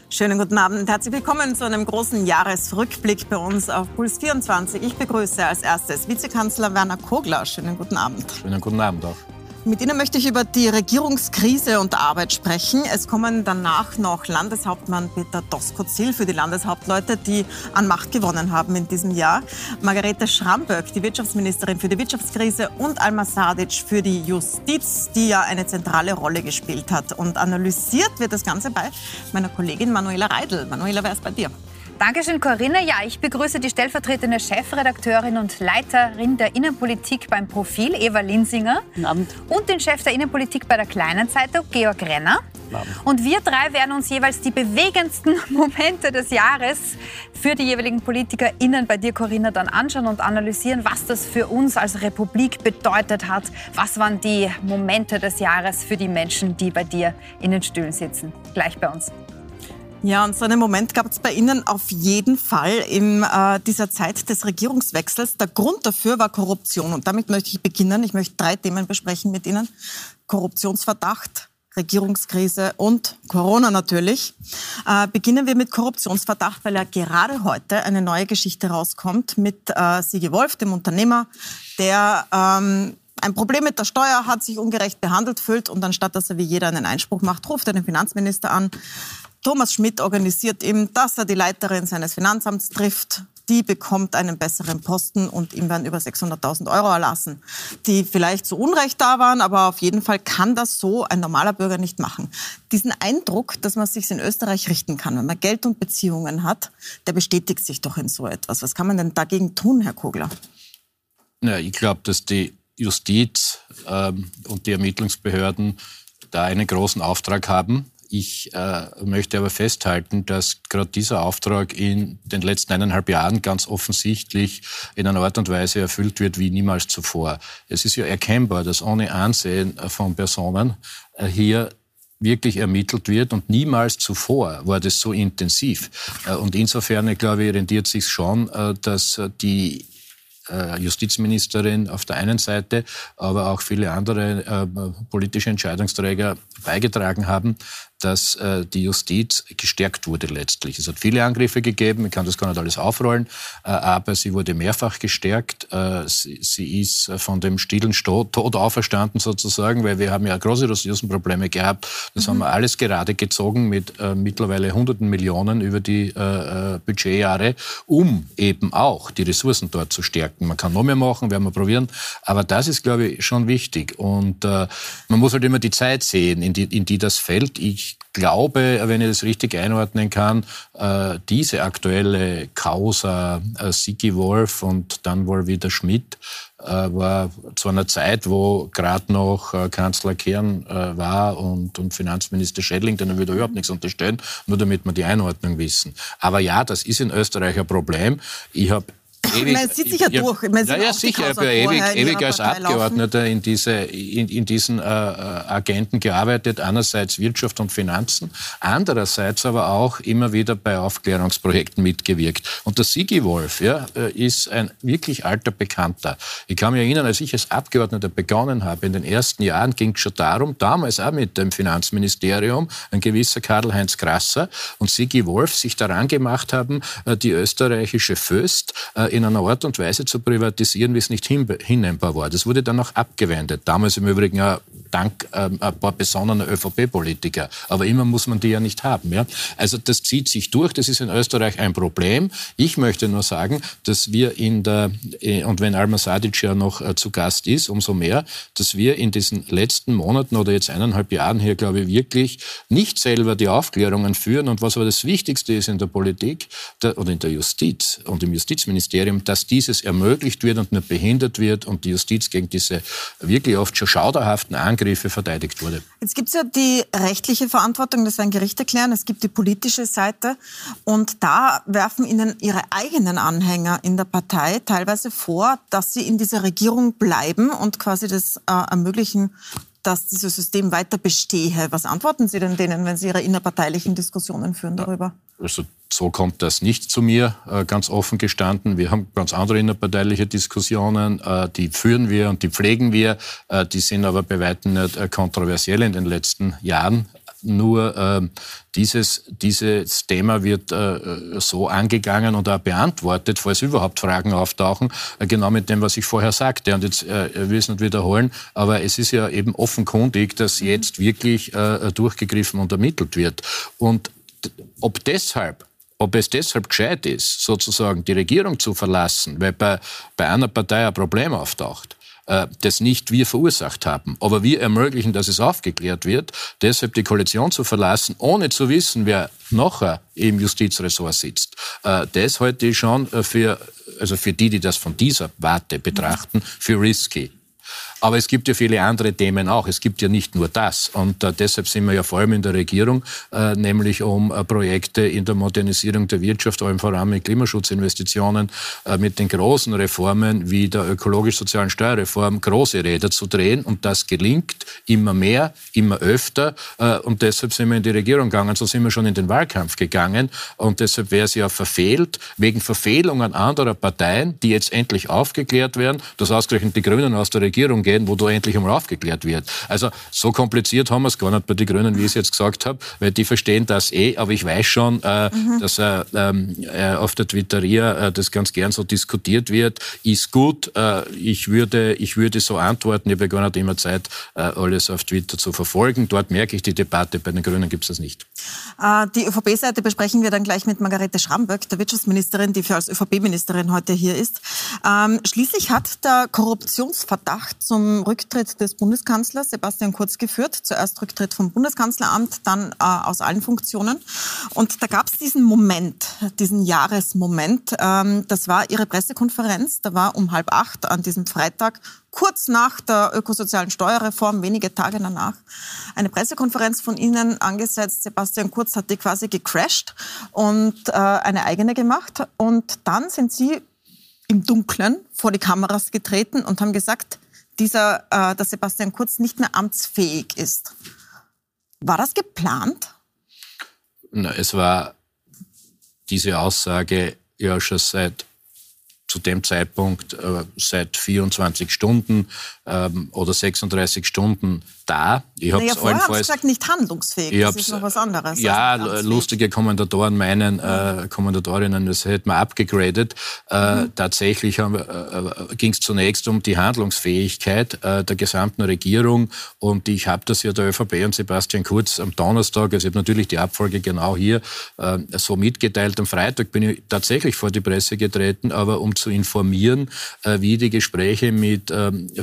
Schönen guten Abend. Herzlich willkommen zu einem großen Jahresrückblick bei uns auf Puls 24. Ich begrüße als erstes Vizekanzler Werner Kogler. Schönen guten Abend. Schönen guten Abend auch. Mit Ihnen möchte ich über die Regierungskrise und Arbeit sprechen. Es kommen danach noch Landeshauptmann Peter Doskozil für die Landeshauptleute, die an Macht gewonnen haben in diesem Jahr. Margarete Schramböck, die Wirtschaftsministerin für die Wirtschaftskrise, und Alma Sadic für die Justiz, die ja eine zentrale Rolle gespielt hat. Und analysiert wird das Ganze bei meiner Kollegin Manuela Reidl. Manuela, wer ist bei dir? Dankeschön, Corinna. Ja, ich begrüße die stellvertretende Chefredakteurin und Leiterin der Innenpolitik beim Profil, Eva Linsinger. Guten Abend. Und den Chef der Innenpolitik bei der Kleinen Zeitung, Georg Renner. Guten Abend. Und wir drei werden uns jeweils die bewegendsten Momente des Jahres für die jeweiligen PolitikerInnen bei dir, Corinna, dann anschauen und analysieren, was das für uns als Republik bedeutet hat. Was waren die Momente des Jahres für die Menschen, die bei dir in den Stühlen sitzen? Gleich bei uns. Ja, und so einen Moment gab es bei Ihnen auf jeden Fall in dieser Zeit des Regierungswechsels. Der Grund dafür war Korruption. Und damit möchte ich beginnen. Ich möchte 3 Themen besprechen mit Ihnen. Korruptionsverdacht, Regierungskrise und Corona natürlich. Beginnen wir mit Korruptionsverdacht, weil ja gerade heute eine neue Geschichte rauskommt mit Sigi Wolf, dem Unternehmer, der ein Problem mit der Steuer hat, sich ungerecht behandelt fühlt und anstatt, dass er wie jeder einen Einspruch macht, ruft er den Finanzminister an. Thomas Schmidt organisiert ihm, dass er die Leiterin seines Finanzamts trifft. Die bekommt einen besseren Posten und ihm werden über 600.000 € erlassen, die vielleicht zu Unrecht da waren, aber auf jeden Fall kann das so ein normaler Bürger nicht machen. Diesen Eindruck, dass man sich in Österreich richten kann, wenn man Geld und Beziehungen hat, der bestätigt sich doch in so etwas. Was kann man denn dagegen tun, Herr Kogler? Ja, ich glaube, dass die Justiz und die Ermittlungsbehörden da einen großen Auftrag haben. Ich möchte aber festhalten, dass gerade dieser Auftrag in den letzten 1,5 Jahren ganz offensichtlich in einer Art und Weise erfüllt wird wie niemals zuvor. Es ist ja erkennbar, dass ohne Ansehen von Personen hier wirklich ermittelt wird und niemals zuvor war das so intensiv. Und insofern, glaube ich, rentiert sich schon, dass die Justizministerin auf der einen Seite, aber auch viele andere politische Entscheidungsträger beigetragen haben, dass die Justiz gestärkt wurde letztlich. Es hat viele Angriffe gegeben, ich kann das gar nicht alles aufrollen, aber sie wurde mehrfach gestärkt. Sie ist von dem stillen Tod auferstanden sozusagen, weil wir haben ja große Ressourcenprobleme gehabt. Das haben wir alles gerade gezogen mit mittlerweile hunderten Millionen über die Budgetjahre, um eben auch die Ressourcen dort zu stärken. Man kann noch mehr machen, werden wir probieren, aber das ist, glaube ich, schon wichtig. Und man muss halt immer die Zeit sehen, in die das fällt. Ich glaube, wenn ich das richtig einordnen kann, diese aktuelle Causa Sigi Wolf und dann wohl wieder Schmidt war zu einer Zeit, wo gerade noch Kanzler Kern war und Finanzminister Schädling, denen wir da überhaupt nichts unterstellen, nur damit wir die Einordnung wissen. Aber ja, das ist in Österreich ein Problem. Ich habe man sieht sich ja durch. Ja, sicher. Ich habe ja ewig als Abgeordneter in diesen Agenten gearbeitet. Einerseits Wirtschaft und Finanzen, andererseits aber auch immer wieder bei Aufklärungsprojekten mitgewirkt. Und der Sigi Wolf ist ein wirklich alter Bekannter. Ich kann mich erinnern, als ich als Abgeordneter begonnen habe, in den ersten Jahren ging es schon darum, damals auch mit dem Finanzministerium, ein gewisser Karl-Heinz Grasser und Sigi Wolf sich daran gemacht haben, die österreichische Föst in einer Art und Weise zu privatisieren, wie es nicht hinnehmbar war. Das wurde dann auch abgewendet. Damals im Übrigen ja dank ein paar besonnener ÖVP-Politiker. Aber immer muss man die ja nicht haben. Ja? Also das zieht sich durch. Das ist in Österreich ein Problem. Ich möchte nur sagen, dass wir und wenn Alma Sadic ja noch zu Gast ist, umso mehr, dass wir in diesen letzten Monaten oder jetzt 1,5 Jahren hier, glaube ich, wirklich nicht selber die Aufklärungen führen. Und was aber das Wichtigste ist in der Politik oder in der Justiz und im Justizministerium, dass dieses ermöglicht wird und nicht behindert wird und die Justiz gegen diese wirklich oft schon schauderhaften Angriffe verteidigt wurde. Jetzt gibt es ja die rechtliche Verantwortung, das werden Gerichte klären. Es gibt die politische Seite und da werfen Ihnen Ihre eigenen Anhänger in der Partei teilweise vor, dass Sie in dieser Regierung bleiben und quasi das ermöglichen, dass dieses System weiter bestehe. Was antworten Sie denn denen, wenn Sie Ihre innerparteilichen Diskussionen führen darüber? Also so kommt das nicht zu mir, ganz offen gestanden. Wir haben ganz andere innerparteiliche Diskussionen, die führen wir und die pflegen wir. Die sind aber bei weitem nicht kontroversiell in den letzten Jahren. Nur dieses Thema wird so angegangen und auch beantwortet, falls überhaupt Fragen auftauchen, genau mit dem, was ich vorher sagte. Und jetzt will ich es nicht wiederholen, aber es ist ja eben offenkundig, dass jetzt wirklich durchgegriffen und ermittelt wird. Und ob es deshalb gescheit ist, sozusagen die Regierung zu verlassen, weil bei einer Partei ein Problem auftaucht, das nicht wir verursacht haben, aber wir ermöglichen, dass es aufgeklärt wird, deshalb die Koalition zu verlassen, ohne zu wissen, wer nachher im Justizressort sitzt. Das halte ich schon für die das von dieser Warte betrachten, für risky. Aber es gibt ja viele andere Themen auch. Es gibt ja nicht nur das. Und deshalb sind wir ja vor allem in der Regierung, nämlich um Projekte in der Modernisierung der Wirtschaft, allem voran mit Klimaschutzinvestitionen, mit den großen Reformen wie der ökologisch-sozialen Steuerreform große Räder zu drehen. Und das gelingt immer mehr, immer öfter. Und deshalb sind wir in die Regierung gegangen. So sind wir schon in den Wahlkampf gegangen. Und deshalb wäre es ja verfehlt, wegen Verfehlungen anderer Parteien, die jetzt endlich aufgeklärt werden, dass ausgerechnet die Grünen aus der Regierung gehen, wo da endlich einmal aufgeklärt wird. Also so kompliziert haben wir es gar nicht bei den Grünen, wie ich es jetzt gesagt habe, weil die verstehen das aber ich weiß schon, dass auf der Twitteria das ganz gern so diskutiert wird. Ist gut, ich würde so antworten, ich habe ja gar nicht immer Zeit, alles auf Twitter zu verfolgen. Dort merke ich die Debatte, bei den Grünen gibt es das nicht. Die ÖVP-Seite besprechen wir dann gleich mit Margarete Schramböck, der Wirtschaftsministerin, die als ÖVP-Ministerin heute hier ist. Schließlich hat der Korruptionsverdacht zum Rücktritt des Bundeskanzlers Sebastian Kurz geführt. Zuerst Rücktritt vom Bundeskanzleramt, dann aus allen Funktionen. Und da gab es diesen Moment, diesen Jahresmoment. Das war Ihre Pressekonferenz. Da war um 7:30 an diesem Freitag, kurz nach der ökosozialen Steuerreform, wenige Tage danach, eine Pressekonferenz von Ihnen angesetzt. Sebastian Kurz hat die quasi gecrashed und eine eigene gemacht. Und dann sind Sie im Dunkeln vor die Kameras getreten und haben gesagt, dass Sebastian Kurz nicht mehr amtsfähig ist. War das geplant? Na, es war diese Aussage ja schon zu dem Zeitpunkt seit 24 Stunden oder 36 Stunden da. Ich habe vorher haben Sie gesagt, nicht handlungsfähig. Das ist noch was anderes. Ja, lustige Kommentatoren Kommentatorinnen, das hätte man abgegradet. Tatsächlich ging es zunächst um die Handlungsfähigkeit der gesamten Regierung und ich habe das ja der ÖVP und Sebastian Kurz am Donnerstag, also ich habe natürlich die Abfolge genau hier so mitgeteilt. Am Freitag bin ich tatsächlich vor die Presse getreten, aber um zu informieren, wie die Gespräche mit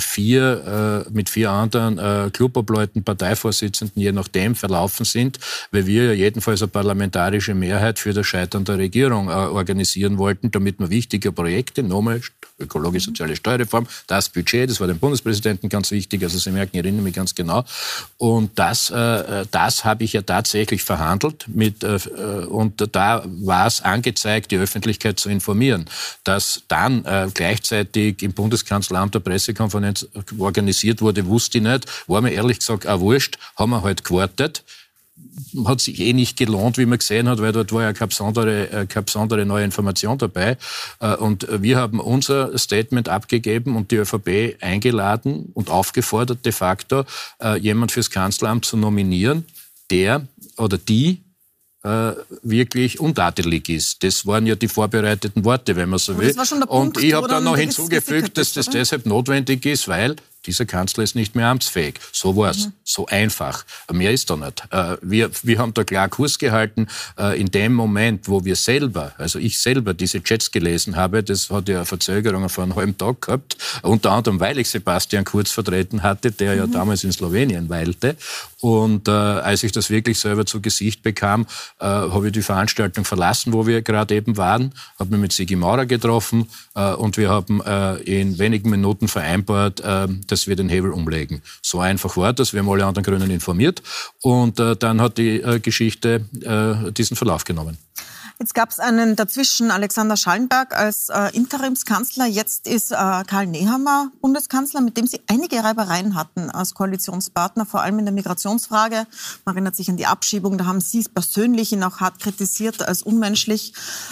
vier anderen Clubobleuten, Parteivorsitzenden, je nachdem, verlaufen sind, weil wir ja jedenfalls eine parlamentarische Mehrheit für das Scheitern der Regierung organisieren wollten, damit wir wichtige Projekte, nochmal ökologisch-soziale Steuerreform, das Budget, das war dem Bundespräsidenten ganz wichtig, also Sie merken, ich erinnere mich ganz genau. Und das habe ich ja tatsächlich verhandelt und da war es angezeigt, die Öffentlichkeit zu informieren. Dass dann gleichzeitig im Bundeskanzleramt eine Pressekonferenz organisiert wurde, wusste ich nicht. War mir ehrlich gesagt auch wurscht. Haben wir halt gewartet. Hat sich nicht gelohnt, wie man gesehen hat, weil dort war ja keine besondere neue Information dabei. Und wir haben unser Statement abgegeben und die ÖVP eingeladen und aufgefordert, de facto jemand fürs Kanzleramt zu nominieren, der oder die wirklich untadelig ist. Das waren ja die vorbereiteten Worte, wenn man so will. Und ich habe dann noch hinzugefügt, dass das deshalb notwendig ist, weil dieser Kanzler ist nicht mehr amtsfähig. So war es. So einfach. Mehr ist da nicht. Wir haben da klar Kurs gehalten. In dem Moment, wo wir selber, also ich selber diese Chats gelesen habe, das hat ja eine Verzögerung von einem halben Tag gehabt, unter anderem, weil ich Sebastian Kurz vertreten hatte, der ja damals in Slowenien weilte. Und als ich das wirklich selber zu Gesicht bekam, habe ich die Veranstaltung verlassen, wo wir gerade eben waren, habe mich mit Sigi Maurer getroffen und wir haben in wenigen Minuten vereinbart, dass wir den Hebel umlegen. So einfach war das. Wir haben alle anderen Grünen informiert und dann hat die Geschichte diesen Verlauf genommen. Jetzt gab es einen dazwischen, Alexander Schallenberg als Interimskanzler. Jetzt ist Karl Nehammer Bundeskanzler, mit dem Sie einige Reibereien hatten als Koalitionspartner, vor allem in der Migrationsfrage. Man erinnert sich an die Abschiebung, da haben Sie persönlich ihn auch hart kritisiert als unmenschlich.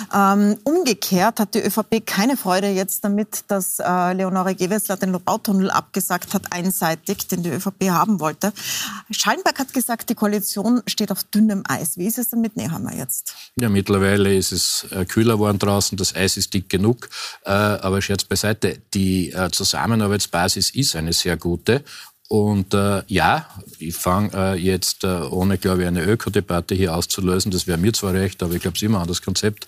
Umgekehrt hat die ÖVP keine Freude jetzt damit, dass Leonore Gewessler den Lobautunnel abgesagt hat, einseitig, den die ÖVP haben wollte. Schallenberg hat gesagt, die Koalition steht auf dünnem Eis. Wie ist es denn mit Nehammer jetzt? Ja, mittlerweile ist es kühler geworden draußen, das Eis ist dick genug. Aber Scherz beiseite, die Zusammenarbeitsbasis ist eine sehr gute. Und ja, ich fange jetzt, ohne, glaube ich, eine Ökodebatte hier auszulösen, das wäre mir zwar recht, aber ich glaube, es ist immer ein anderes Konzept.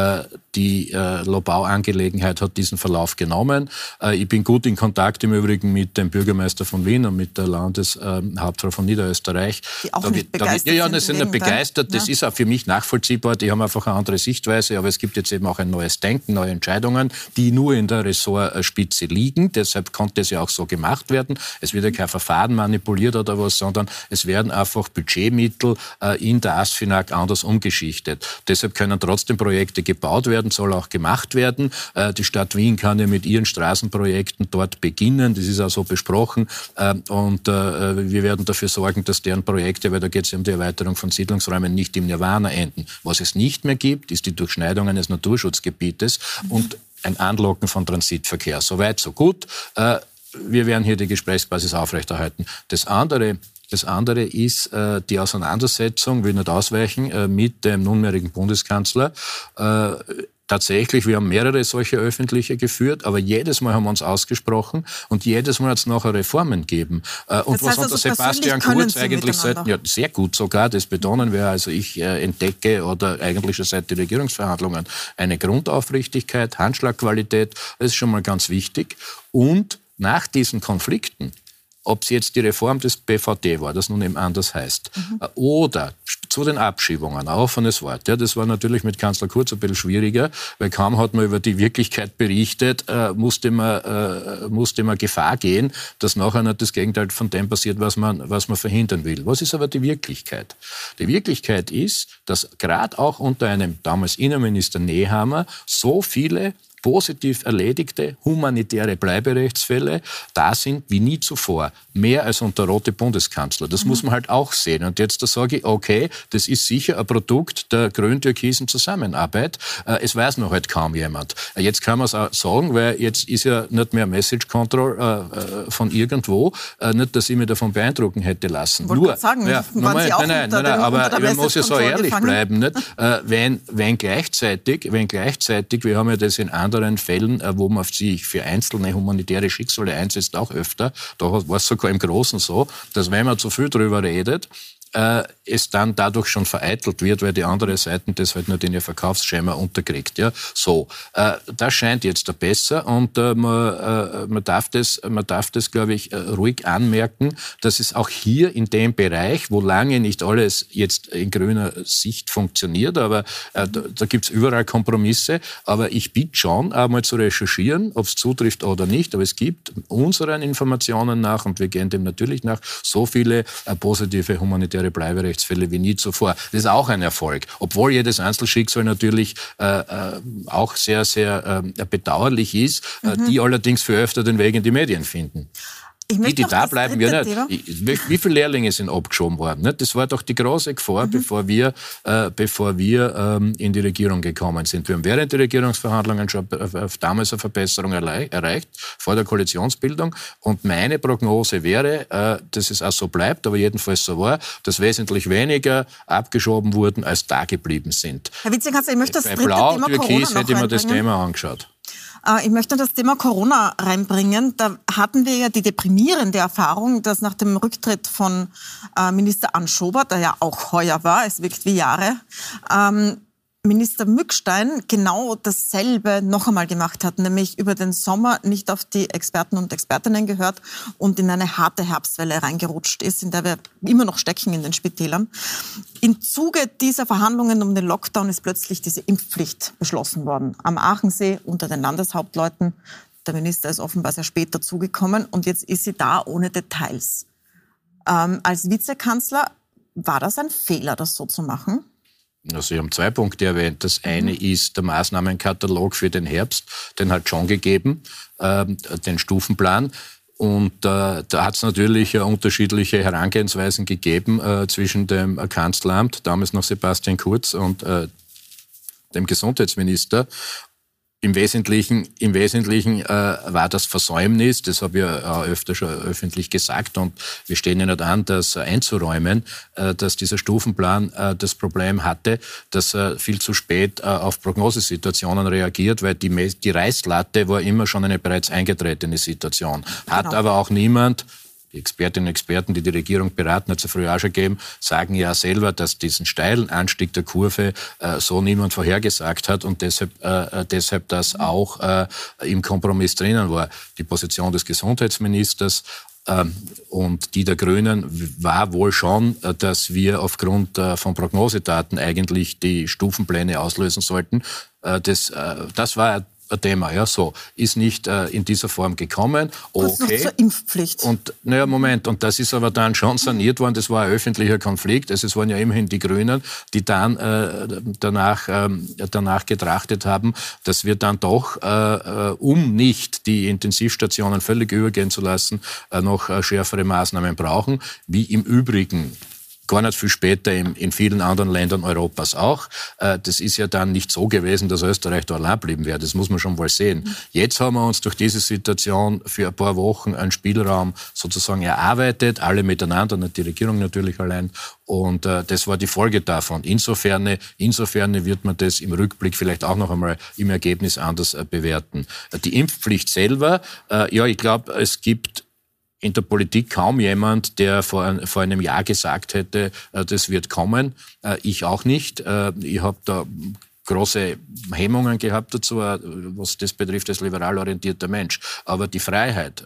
Die Lobau-Angelegenheit hat diesen Verlauf genommen. Ich bin gut in Kontakt im Übrigen mit dem Bürgermeister von Wien und mit der Landeshauptfrau von Niederösterreich. Die auch nicht begeistert ja, die sind begeistert. Das ist auch für mich nachvollziehbar. Die haben einfach eine andere Sichtweise. Aber es gibt jetzt eben auch ein neues Denken, neue Entscheidungen, die nur in der Ressortspitze liegen. Deshalb konnte es ja auch so gemacht werden. Es wird ja kein Verfahren manipuliert oder was, sondern es werden einfach Budgetmittel in der ASFINAG anders umgeschichtet. Deshalb können trotzdem Projekte gebaut werden, soll auch gemacht werden. Die Stadt Wien kann ja mit ihren Straßenprojekten dort beginnen. Das ist auch so besprochen. Und wir werden dafür sorgen, dass deren Projekte, weil da geht es ja um die Erweiterung von Siedlungsräumen, nicht im Nirvana enden. Was es nicht mehr gibt, ist die Durchschneidung eines Naturschutzgebietes und ein Anlocken von Transitverkehr. Soweit, so gut. Wir werden hier die Gesprächsbasis aufrechterhalten. Das andere ist die Auseinandersetzung, will nicht ausweichen, mit dem nunmehrigen Bundeskanzler. Tatsächlich, wir haben mehrere solche öffentliche geführt, aber jedes Mal haben wir uns ausgesprochen und jedes Mal hat es nachher Reformen gegeben. Und was unter Sebastian Kurz eigentlich sehr gut sogar, das betonen wir, also ich entdecke oder eigentlich schon seit den Regierungsverhandlungen eine Grundaufrichtigkeit, Handschlagqualität, das ist schon mal ganz wichtig. Und nach diesen Konflikten, ob es jetzt die Reform des BVD war, das nun eben anders heißt, oder zu den Abschiebungen, ein offenes Wort. Ja, das war natürlich mit Kanzler Kurz ein bisschen schwieriger, weil kaum hat man über die Wirklichkeit berichtet, musste man Gefahr gehen, dass nachher nicht das Gegenteil von dem passiert, was man verhindern will. Was ist aber die Wirklichkeit? Die Wirklichkeit ist, dass gerade auch unter einem damals Innenminister Nehammer so viele positiv erledigte humanitäre Bleiberechtsfälle da sind wie nie zuvor. Mehr als unter rote Bundeskanzler. Das muss man halt auch sehen. Und jetzt da sage ich, okay, das ist sicher ein Produkt der grün-türkisen Zusammenarbeit. Es weiß noch halt kaum jemand. Jetzt kann man es auch sagen, weil jetzt ist ja nicht mehr Message Control von irgendwo. Nicht, dass ich mich davon beeinrucken hätte lassen. Nur, sagen, ja, nein, aber man muss ja so ehrlich bleiben. Nicht? Wenn gleichzeitig, wir haben ja das in anderen Fällen, wo man sich für einzelne humanitäre Schicksale einsetzt, auch öfter. Da war es sogar im Großen so, dass wenn man zu viel drüber redet, es dann dadurch schon vereitelt wird, weil die andere Seite das halt nicht in ihr Verkaufsschema unterkriegt. Ja, so. Das scheint jetzt besser und man darf das, glaube ich, ruhig anmerken, dass es auch hier in dem Bereich, wo lange nicht alles jetzt in grüner Sicht funktioniert, aber da gibt's überall Kompromisse, aber ich bitte schon, einmal zu recherchieren, ob es zutrifft oder nicht, aber es gibt unseren Informationen nach, und wir gehen dem natürlich nach, so viele positive humanitäre Bleiberechtsfälle wie nie zuvor. Das ist auch ein Erfolg. Obwohl jedes Einzelschicksal natürlich auch sehr, sehr bedauerlich ist, die allerdings für öfter den Weg in die Medien finden. Die da bleiben, ja nicht. Wie viele Lehrlinge sind abgeschoben worden? Nicht? Das war doch die große Gefahr, bevor wir in die Regierung gekommen sind. Wir haben während der Regierungsverhandlungen schon damals eine Verbesserung erreicht, vor der Koalitionsbildung. Und meine Prognose wäre, dass es auch so bleibt, aber jedenfalls so war, dass wesentlich weniger abgeschoben wurden, als da geblieben sind. Herr Vizekanzler, ich möchte das dritte Blau, Thema Türkis Corona noch hätte ich mir das reinbringen. Thema angeschaut. Ich möchte das Thema Corona reinbringen. Da hatten wir ja die deprimierende Erfahrung, dass nach dem Rücktritt von Minister Anschober, der ja auch heuer war, es wirkt wie Jahre, Minister Mückstein genau dasselbe noch einmal gemacht hat, nämlich über den Sommer nicht auf die Experten und Expertinnen gehört und in eine harte Herbstwelle reingerutscht ist, in der wir immer noch stecken in den Spitälern. Im Zuge dieser Verhandlungen um den Lockdown ist plötzlich diese Impfpflicht beschlossen worden. Am Aachensee unter den Landeshauptleuten. Der Minister ist offenbar sehr spät dazugekommen und jetzt ist sie da ohne Details. Als Vizekanzler, war das ein Fehler, das so zu machen? Sie haben 2 Punkte erwähnt. Das eine ist der Maßnahmenkatalog für den Herbst. Den hat schon gegeben, den Stufenplan. Und da hat es natürlich unterschiedliche Herangehensweisen gegeben zwischen dem Kanzleramt, damals noch Sebastian Kurz, und dem Gesundheitsminister. Im Wesentlichen war das Versäumnis, das habe ich ja öfter schon öffentlich gesagt, und wir stehen ja nicht an, das einzuräumen, dass dieser Stufenplan das Problem hatte, dass er viel zu spät auf Prognosesituationen reagiert, weil die Reißlatte war immer schon eine bereits eingetretene Situation. Hat aber auch niemand, die Expertinnen und Experten, die die Regierung beraten, hat es ja früher auch schon gegeben, sagen ja selber, dass diesen steilen Anstieg der Kurve so niemand vorhergesagt hat und deshalb das auch im Kompromiss drinnen war. Die Position des Gesundheitsministers und die der Grünen war wohl schon, dass wir aufgrund von Prognosedaten eigentlich die Stufenpläne auslösen sollten. Das war ein Thema, ja, so. Ist nicht in dieser Form gekommen. Okay. Zur Impfpflicht. Und, naja, Moment. Und das ist aber dann schon saniert worden. Das war ein öffentlicher Konflikt. Also es waren ja immerhin die Grünen, die dann danach getrachtet haben, dass wir dann doch, um nicht die Intensivstationen völlig übergehen zu lassen, noch schärfere Maßnahmen brauchen, wie im Übrigen gar nicht viel später in vielen anderen Ländern Europas auch. Das ist ja dann nicht so gewesen, dass Österreich da allein bleiben wäre. Das muss man schon mal sehen. Jetzt haben wir uns durch diese Situation für ein paar Wochen einen Spielraum sozusagen erarbeitet, alle miteinander, nicht die Regierung natürlich allein. Und das war die Folge davon. Insofern wird man das im Rückblick vielleicht auch noch einmal im Ergebnis anders bewerten. Die Impfpflicht selber, ja, ich glaube, es gibt in der Politik kaum jemand, der vor einem Jahr gesagt hätte, das wird kommen. Ich auch nicht. Ich habe da große Hemmungen gehabt dazu, was das betrifft, als liberal orientierter Mensch. Aber die Freiheit,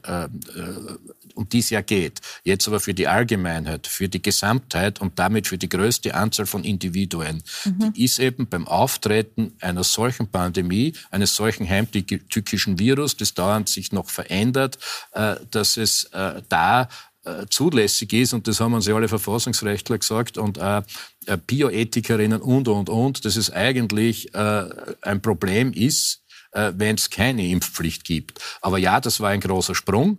um die es ja geht, jetzt aber für die Allgemeinheit, für die Gesamtheit und damit für die größte Anzahl von Individuen, die ist eben beim Auftreten einer solchen Pandemie, eines solchen heimtückischen Virus, das dauernd sich noch verändert, dass es da zulässig ist, und das haben uns ja alle Verfassungsrechtler gesagt und Bioethikerinnen und, dass es eigentlich ein Problem ist, wenn es keine Impfpflicht gibt. Aber ja, das war ein großer Sprung.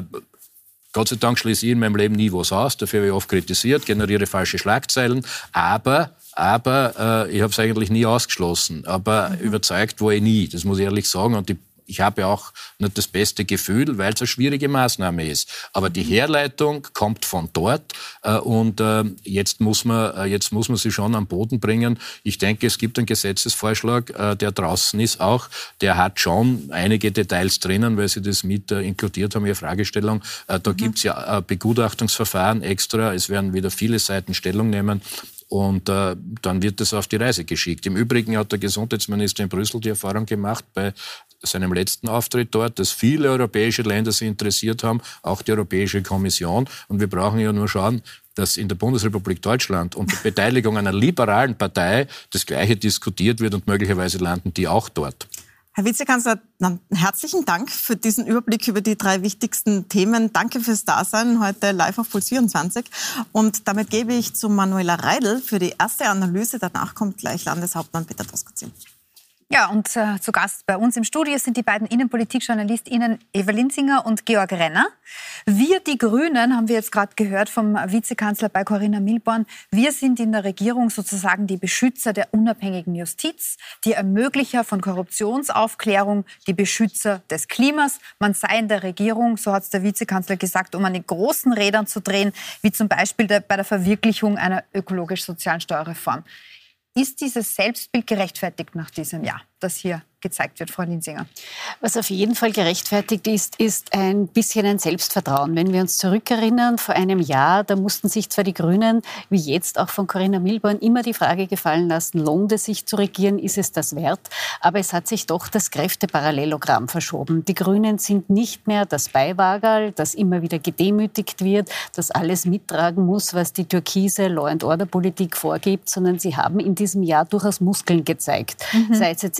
Gott sei Dank schließe ich in meinem Leben nie was aus, dafür habe ich oft kritisiert, generiere falsche Schlagzeilen, aber ich habe es eigentlich nie ausgeschlossen. Aber überzeugt war ich nie, das muss ich ehrlich sagen, und ich habe auch nicht das beste Gefühl, weil es eine schwierige Maßnahme ist. Aber die Herleitung kommt von dort und jetzt muss man sie schon am Boden bringen. Ich denke, es gibt einen Gesetzesvorschlag, der draußen ist auch. Der hat schon einige Details drinnen, weil Sie das mit inkludiert haben, Ihre Fragestellung. Da gibt's ja Begutachtungsverfahren extra. Es werden wieder viele Seiten Stellung nehmen. Und dann wird das auf die Reise geschickt. Im Übrigen hat der Gesundheitsminister in Brüssel die Erfahrung gemacht bei seinem letzten Auftritt dort, dass viele europäische Länder sich interessiert haben, auch die Europäische Kommission. Und wir brauchen ja nur schauen, dass in der Bundesrepublik Deutschland unter Beteiligung einer liberalen Partei das Gleiche diskutiert wird und möglicherweise landen die auch dort. Herr Vizekanzler, herzlichen Dank für diesen Überblick über die 3 wichtigsten Themen. Danke fürs Dasein heute live auf Puls 24. Und damit gebe ich zu Manuela Reidl für die erste Analyse. Danach kommt gleich Landeshauptmann Peter Doskozil. Ja, und zu Gast bei uns im Studio sind die beiden Innenpolitik-JournalistInnen Eva Linsinger und Georg Renner. Wir, die Grünen, haben wir jetzt gerade gehört vom Vizekanzler bei Corinna Milborn, wir sind in der Regierung sozusagen die Beschützer der unabhängigen Justiz, die Ermöglicher von Korruptionsaufklärung, die Beschützer des Klimas. Man sei in der Regierung, so hat es der Vizekanzler gesagt, um an den großen Rädern zu drehen, wie zum Beispiel bei der Verwirklichung einer ökologisch-sozialen Steuerreform. Ist dieses Selbstbild gerechtfertigt nach diesem Jahr, das hier gezeigt wird, Frau Linsinger? Was auf jeden Fall gerechtfertigt ist ein bisschen ein Selbstvertrauen. Wenn wir uns zurückerinnern, vor einem Jahr, da mussten sich zwar die Grünen, wie jetzt auch von Corinna Milborn, immer die Frage gefallen lassen, lohnt es sich zu regieren, ist es das wert? Aber es hat sich doch das Kräfteparallelogramm verschoben. Die Grünen sind nicht mehr das Beiwagerl, das immer wieder gedemütigt wird, das alles mittragen muss, was die türkise Law-and-Order-Politik vorgibt, sondern sie haben in diesem Jahr durchaus Muskeln gezeigt. Sei es jetzt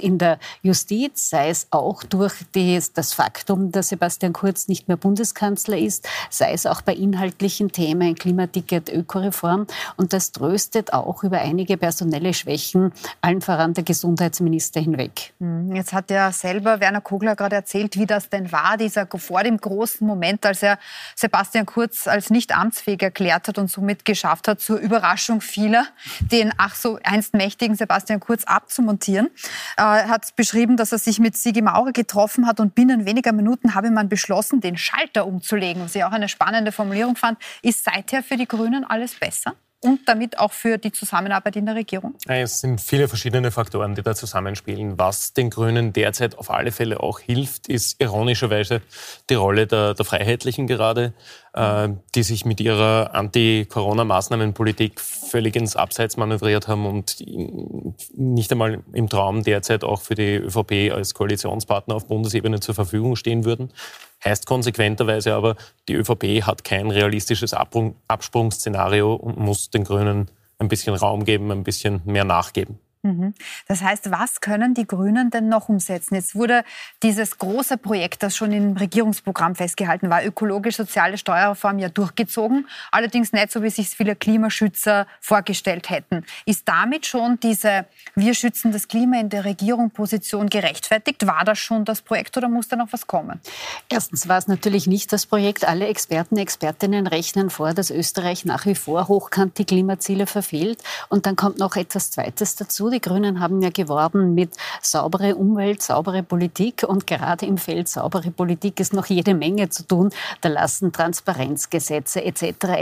in der Justiz, sei es auch durch das Faktum, dass Sebastian Kurz nicht mehr Bundeskanzler ist, sei es auch bei inhaltlichen Themen, Klimaticket, Ökoreform. Und das tröstet auch über einige personelle Schwächen, allen voran der Gesundheitsminister, hinweg. Jetzt hat ja selber Werner Kogler gerade erzählt, wie das denn war, vor dem großen Moment, als er Sebastian Kurz als nicht amtsfähig erklärt hat und somit geschafft hat, zur Überraschung vieler, den ach so einst mächtigen Sebastian Kurz abzumontieren. Er hat beschrieben, dass er sich mit Sigi Maurer getroffen hat und binnen weniger Minuten habe man beschlossen, den Schalter umzulegen. Was ich auch eine spannende Formulierung fand. Ist seither für die Grünen alles besser? Und damit auch für die Zusammenarbeit in der Regierung? Es sind viele verschiedene Faktoren, die da zusammenspielen. Was den Grünen derzeit auf alle Fälle auch hilft, ist ironischerweise die Rolle der Freiheitlichen gerade, die sich mit ihrer Anti-Corona-Maßnahmenpolitik völlig ins Abseits manövriert haben und nicht einmal im Traum derzeit auch für die ÖVP als Koalitionspartner auf Bundesebene zur Verfügung stehen würden. Heißt konsequenterweise aber, die ÖVP hat kein realistisches Absprungsszenario und muss den Grünen ein bisschen Raum geben, ein bisschen mehr nachgeben. Das heißt, was können die Grünen denn noch umsetzen? Jetzt wurde dieses große Projekt, das schon im Regierungsprogramm festgehalten war, ökologisch-soziale Steuerreform, ja durchgezogen. Allerdings nicht so, wie sich viele Klimaschützer vorgestellt hätten. Ist damit schon diese Wir schützen das Klima in der Regierung Position gerechtfertigt? War das schon das Projekt oder muss da noch was kommen? Erstens war es natürlich nicht das Projekt. Alle Experten, Expertinnen rechnen vor, dass Österreich nach wie vor hochkant die Klimaziele verfehlt. Und dann kommt noch etwas Zweites dazu. Die Grünen haben ja geworben mit saubere Umwelt, saubere Politik. Und gerade im Feld saubere Politik ist noch jede Menge zu tun. Da lassen Transparenzgesetze etc.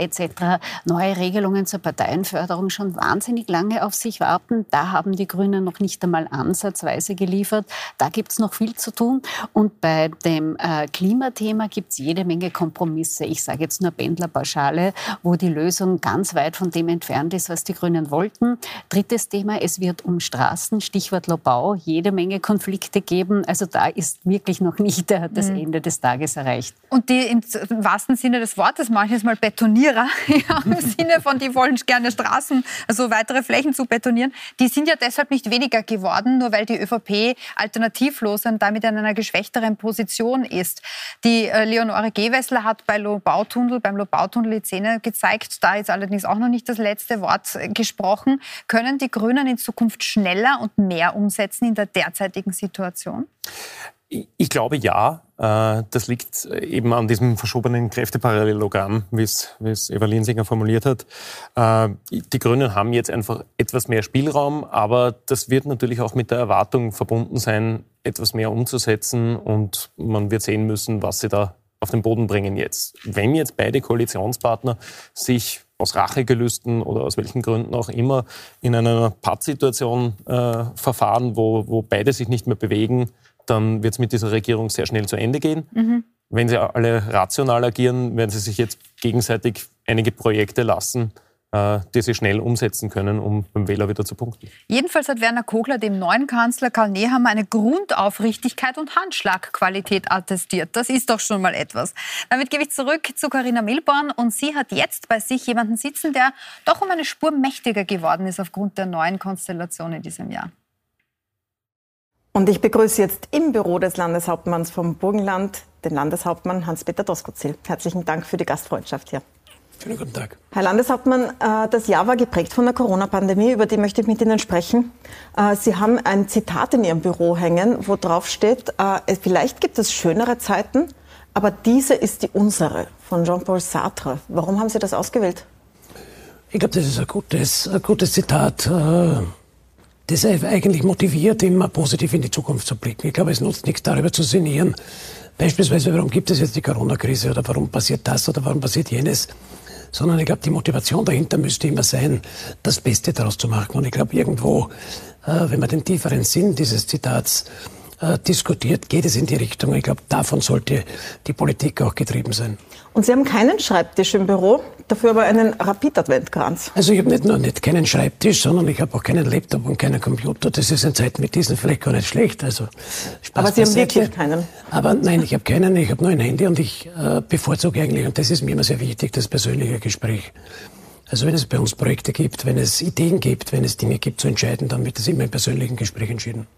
neue Regelungen zur Parteienförderung schon wahnsinnig lange auf sich warten. Da haben die Grünen noch nicht einmal ansatzweise geliefert. Da gibt es noch viel zu tun. Und bei dem Klimathema gibt es jede Menge Kompromisse. Ich sage jetzt nur Pendlerpauschale, wo die Lösung ganz weit von dem entfernt ist, was die Grünen wollten. Drittes Thema, es wird um Straßen, Stichwort Lobau, jede Menge Konflikte geben. Also da ist wirklich noch nicht das Ende des Tages erreicht. Und die im wahrsten Sinne des Wortes, manches Mal Betonierer, ja, im Sinne von, die wollen gerne Straßen, also weitere Flächen zu betonieren, die sind ja deshalb nicht weniger geworden, nur weil die ÖVP alternativlos und damit in einer geschwächteren Position ist. Die Leonore Gewessler hat beim Lobautunnel die Zähne gezeigt, da ist allerdings auch noch nicht das letzte Wort gesprochen. Können die Grünen in Zukunft schneller und mehr umsetzen in der derzeitigen Situation? Ich glaube ja. Das liegt eben an diesem verschobenen Kräfteparallelogramm, wie es Eva Linsinger formuliert hat. Die Grünen haben jetzt einfach etwas mehr Spielraum, aber das wird natürlich auch mit der Erwartung verbunden sein, etwas mehr umzusetzen, und man wird sehen müssen, was sie da auf den Boden bringen jetzt. Wenn jetzt beide Koalitionspartner sich aus Rachegelüsten oder aus welchen Gründen auch immer in einer Pattsituation verfahren, wo beide sich nicht mehr bewegen, dann wird es mit dieser Regierung sehr schnell zu Ende gehen. Wenn sie alle rational agieren, werden sie sich jetzt gegenseitig einige Projekte lassen, die sie schnell umsetzen können, um beim Wähler wieder zu punkten. Jedenfalls hat Werner Kogler dem neuen Kanzler Karl Nehammer eine Grundaufrichtigkeit und Handschlagqualität attestiert. Das ist doch schon mal etwas. Damit gebe ich zurück zu Corinna Milborn, und sie hat jetzt bei sich jemanden sitzen, der doch um eine Spur mächtiger geworden ist aufgrund der neuen Konstellation in diesem Jahr. Und ich begrüße jetzt im Büro des Landeshauptmanns vom Burgenland den Landeshauptmann Hans-Peter Doskozil. Herzlichen Dank für die Gastfreundschaft hier. Schönen guten Tag. Herr Landeshauptmann, das Jahr war geprägt von der Corona-Pandemie, über die möchte ich mit Ihnen sprechen. Sie haben ein Zitat in Ihrem Büro hängen, wo drauf steht, vielleicht gibt es schönere Zeiten, aber diese ist die unsere, von Jean-Paul Sartre. Warum haben Sie das ausgewählt? Ich glaube, das ist ein gutes Zitat, das eigentlich motiviert, immer positiv in die Zukunft zu blicken. Ich glaube, es nutzt nichts, darüber zu sinnieren. Beispielsweise, warum gibt es jetzt die Corona-Krise oder warum passiert das oder warum passiert jenes? Sondern ich glaube, die Motivation dahinter müsste immer sein, das Beste daraus zu machen. Und ich glaube, irgendwo, wenn man den tieferen Sinn dieses Zitats diskutiert, geht es in die Richtung. Ich glaube, davon sollte die Politik auch getrieben sein. Und Sie haben keinen Schreibtisch im Büro, dafür aber einen Rapid-Adventkranz. Also ich habe nicht keinen Schreibtisch, sondern ich habe auch keinen Laptop und keinen Computer. Das ist in Zeiten mit diesen vielleicht gar nicht schlecht. Also Spaß aber Sie haben wirklich keinen? Aber nein, ich habe keinen. Ich habe nur ein Handy und ich bevorzuge eigentlich, und das ist mir immer sehr wichtig, das persönliche Gespräch. Also wenn es bei uns Projekte gibt, wenn es Ideen gibt, wenn es Dinge gibt zu entscheiden, dann wird das immer im persönlichen Gespräch entschieden.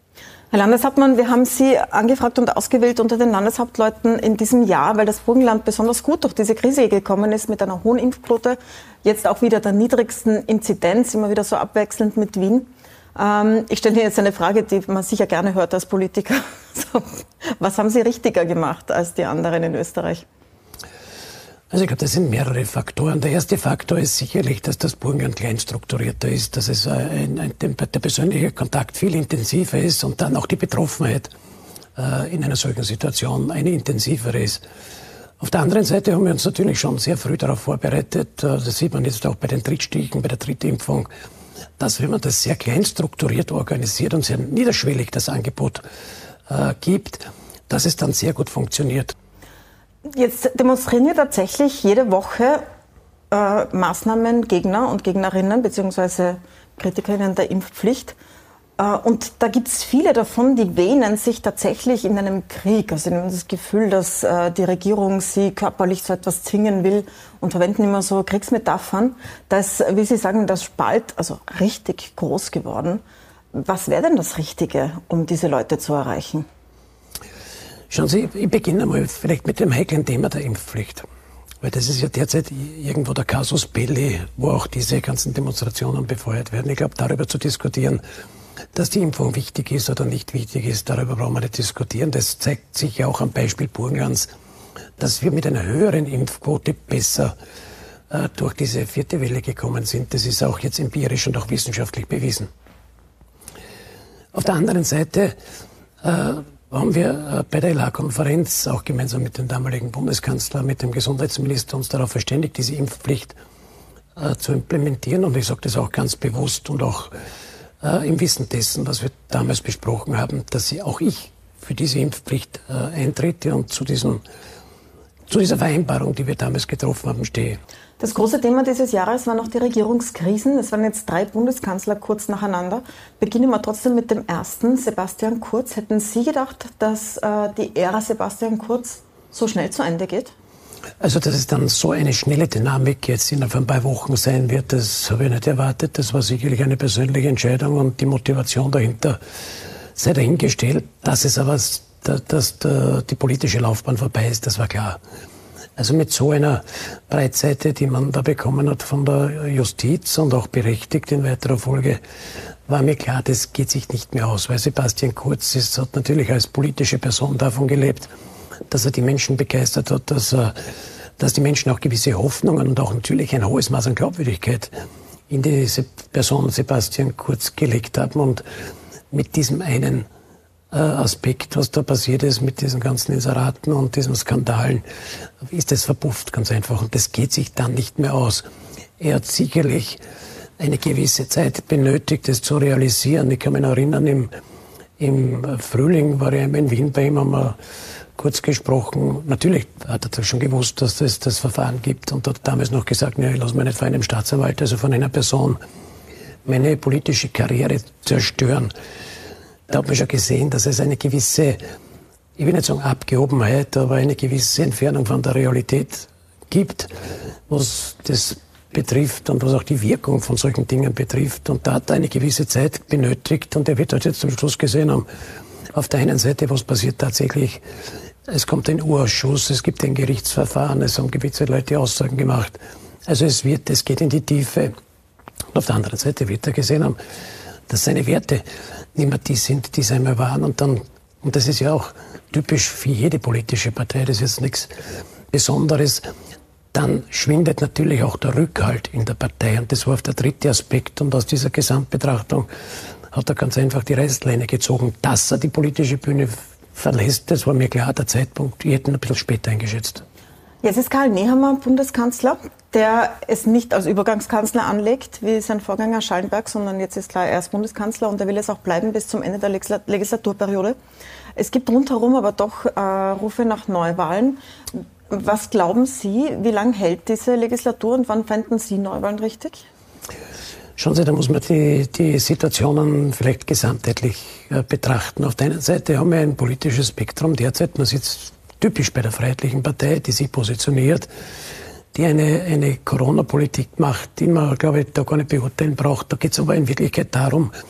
Herr Landeshauptmann, wir haben Sie angefragt und ausgewählt unter den Landeshauptleuten in diesem Jahr, weil das Burgenland besonders gut durch diese Krise gekommen ist mit einer hohen Impfquote, jetzt auch wieder der niedrigsten Inzidenz, immer wieder so abwechselnd mit Wien. Ich stelle Ihnen jetzt eine Frage, die man sicher gerne hört als Politiker. Was haben Sie richtiger gemacht als die anderen in Österreich? Also ich glaube, das sind mehrere Faktoren. Der erste Faktor ist sicherlich, dass das Burgenland klein strukturierter ist, dass es der persönliche Kontakt viel intensiver ist und dann auch die Betroffenheit in einer solchen Situation eine intensivere ist. Auf der anderen Seite haben wir uns natürlich schon sehr früh darauf vorbereitet, das sieht man jetzt auch bei den Drittstichen, bei der Drittimpfung, dass wenn man das sehr klein strukturiert organisiert und sehr niederschwellig das Angebot gibt, dass es dann sehr gut funktioniert. Jetzt demonstrieren ja tatsächlich jede Woche Maßnahmengegner und Gegnerinnen beziehungsweise Kritikerinnen der Impfpflicht. Und da gibt es viele davon, die wähnen sich tatsächlich in einem Krieg. Also sie haben das Gefühl, dass die Regierung sie körperlich zu etwas zwingen will und verwenden immer so Kriegsmetaphern. Da ist, wie Sie sagen, das Spalt also richtig groß geworden. Was wäre denn das Richtige, um diese Leute zu erreichen? Schauen Sie, ich beginne mal vielleicht mit dem heiklen Thema der Impfpflicht. Weil das ist ja derzeit irgendwo der Casus Belli, wo auch diese ganzen Demonstrationen befeuert werden. Ich glaube, darüber zu diskutieren, dass die Impfung wichtig ist oder nicht wichtig ist, darüber brauchen wir nicht diskutieren. Das zeigt sich ja auch am Beispiel Burgenlands, dass wir mit einer höheren Impfquote besser durch diese 4. Welle gekommen sind. Das ist auch jetzt empirisch und auch wissenschaftlich bewiesen. Auf der anderen Seite haben wir bei der LH-Konferenz auch gemeinsam mit dem damaligen Bundeskanzler, mit dem Gesundheitsminister uns darauf verständigt, diese Impfpflicht zu implementieren. Und ich sage das auch ganz bewusst und auch im Wissen dessen, was wir damals besprochen haben, dass auch ich für diese Impfpflicht eintrete und zu dieser Vereinbarung, die wir damals getroffen haben, stehe. Das große Thema dieses Jahres waren auch die Regierungskrisen. Es waren jetzt 3 Bundeskanzler kurz nacheinander. Beginnen wir trotzdem mit dem ersten, Sebastian Kurz. Hätten Sie gedacht, dass die Ära Sebastian Kurz so schnell zu Ende geht? Also, dass es dann so eine schnelle Dynamik jetzt innerhalb von ein paar Wochen sein wird, das habe ich nicht erwartet. Das war sicherlich eine persönliche Entscheidung und die Motivation dahinter sei dahingestellt. Dass es aber, dass die politische Laufbahn vorbei ist, das war klar. Also mit so einer Breitseite, die man da bekommen hat von der Justiz und auch berechtigt in weiterer Folge, war mir klar, das geht sich nicht mehr aus. Weil Sebastian Kurz hat natürlich als politische Person davon gelebt, dass er die Menschen begeistert hat, dass die Menschen auch gewisse Hoffnungen und auch natürlich ein hohes Maß an Glaubwürdigkeit in diese Person Sebastian Kurz gelegt haben. Und mit diesem einen Aspekt, was da passiert ist, mit diesen ganzen Inseraten und diesen Skandalen, ist das verpufft, ganz einfach. Und das geht sich dann nicht mehr aus. Er hat sicherlich eine gewisse Zeit benötigt, das zu realisieren. Ich kann mich noch erinnern, im Frühling war ich einmal in Wien bei ihm, haben wir kurz gesprochen. Natürlich hat er schon gewusst, dass es das Verfahren gibt und hat damals noch gesagt, ja, ich lasse mich nicht von einem Staatsanwalt, also von einer Person, meine politische Karriere zerstören. Da hat man schon gesehen, dass es eine gewisse, ich will nicht sagen Abgehobenheit, aber eine gewisse Entfernung von der Realität gibt, was das betrifft und was auch die Wirkung von solchen Dingen betrifft. Und da hat er eine gewisse Zeit benötigt und er wird halt jetzt zum Schluss gesehen haben, auf der einen Seite, was passiert tatsächlich, es kommt ein U-Ausschuss, es gibt ein Gerichtsverfahren, es haben gewisse Leute Aussagen gemacht. Also es geht in die Tiefe. Und auf der anderen Seite wird er gesehen haben, dass seine Werte nicht mehr die sind, die sie einmal waren. Und das ist ja auch typisch für jede politische Partei, das ist jetzt nichts Besonderes, dann schwindet natürlich auch der Rückhalt in der Partei. Und das war der 3. Aspekt. Und aus dieser Gesamtbetrachtung hat er ganz einfach die Reißleine gezogen, dass er die politische Bühne verlässt. Das war mir klar, der Zeitpunkt. Ich hätte ihn ein bisschen später eingeschätzt. Jetzt ist Karl Nehammer Bundeskanzler, der es nicht als Übergangskanzler anlegt, wie sein Vorgänger Schallenberg, sondern jetzt ist klar, er ist Bundeskanzler und er will es auch bleiben bis zum Ende der Legislaturperiode. Es gibt rundherum aber doch Rufe nach Neuwahlen. Was glauben Sie, wie lange hält diese Legislatur und wann fänden Sie Neuwahlen richtig? Schauen Sie, da muss man die Situationen vielleicht gesamtheitlich betrachten. Auf der einen Seite haben wir ein politisches Spektrum derzeit, man sitzt typisch bei der Freiheitlichen Partei, die sich positioniert, die eine Corona-Politik macht, die man, glaube ich, da gar nicht beurteilen braucht. Da geht es aber in Wirklichkeit darum,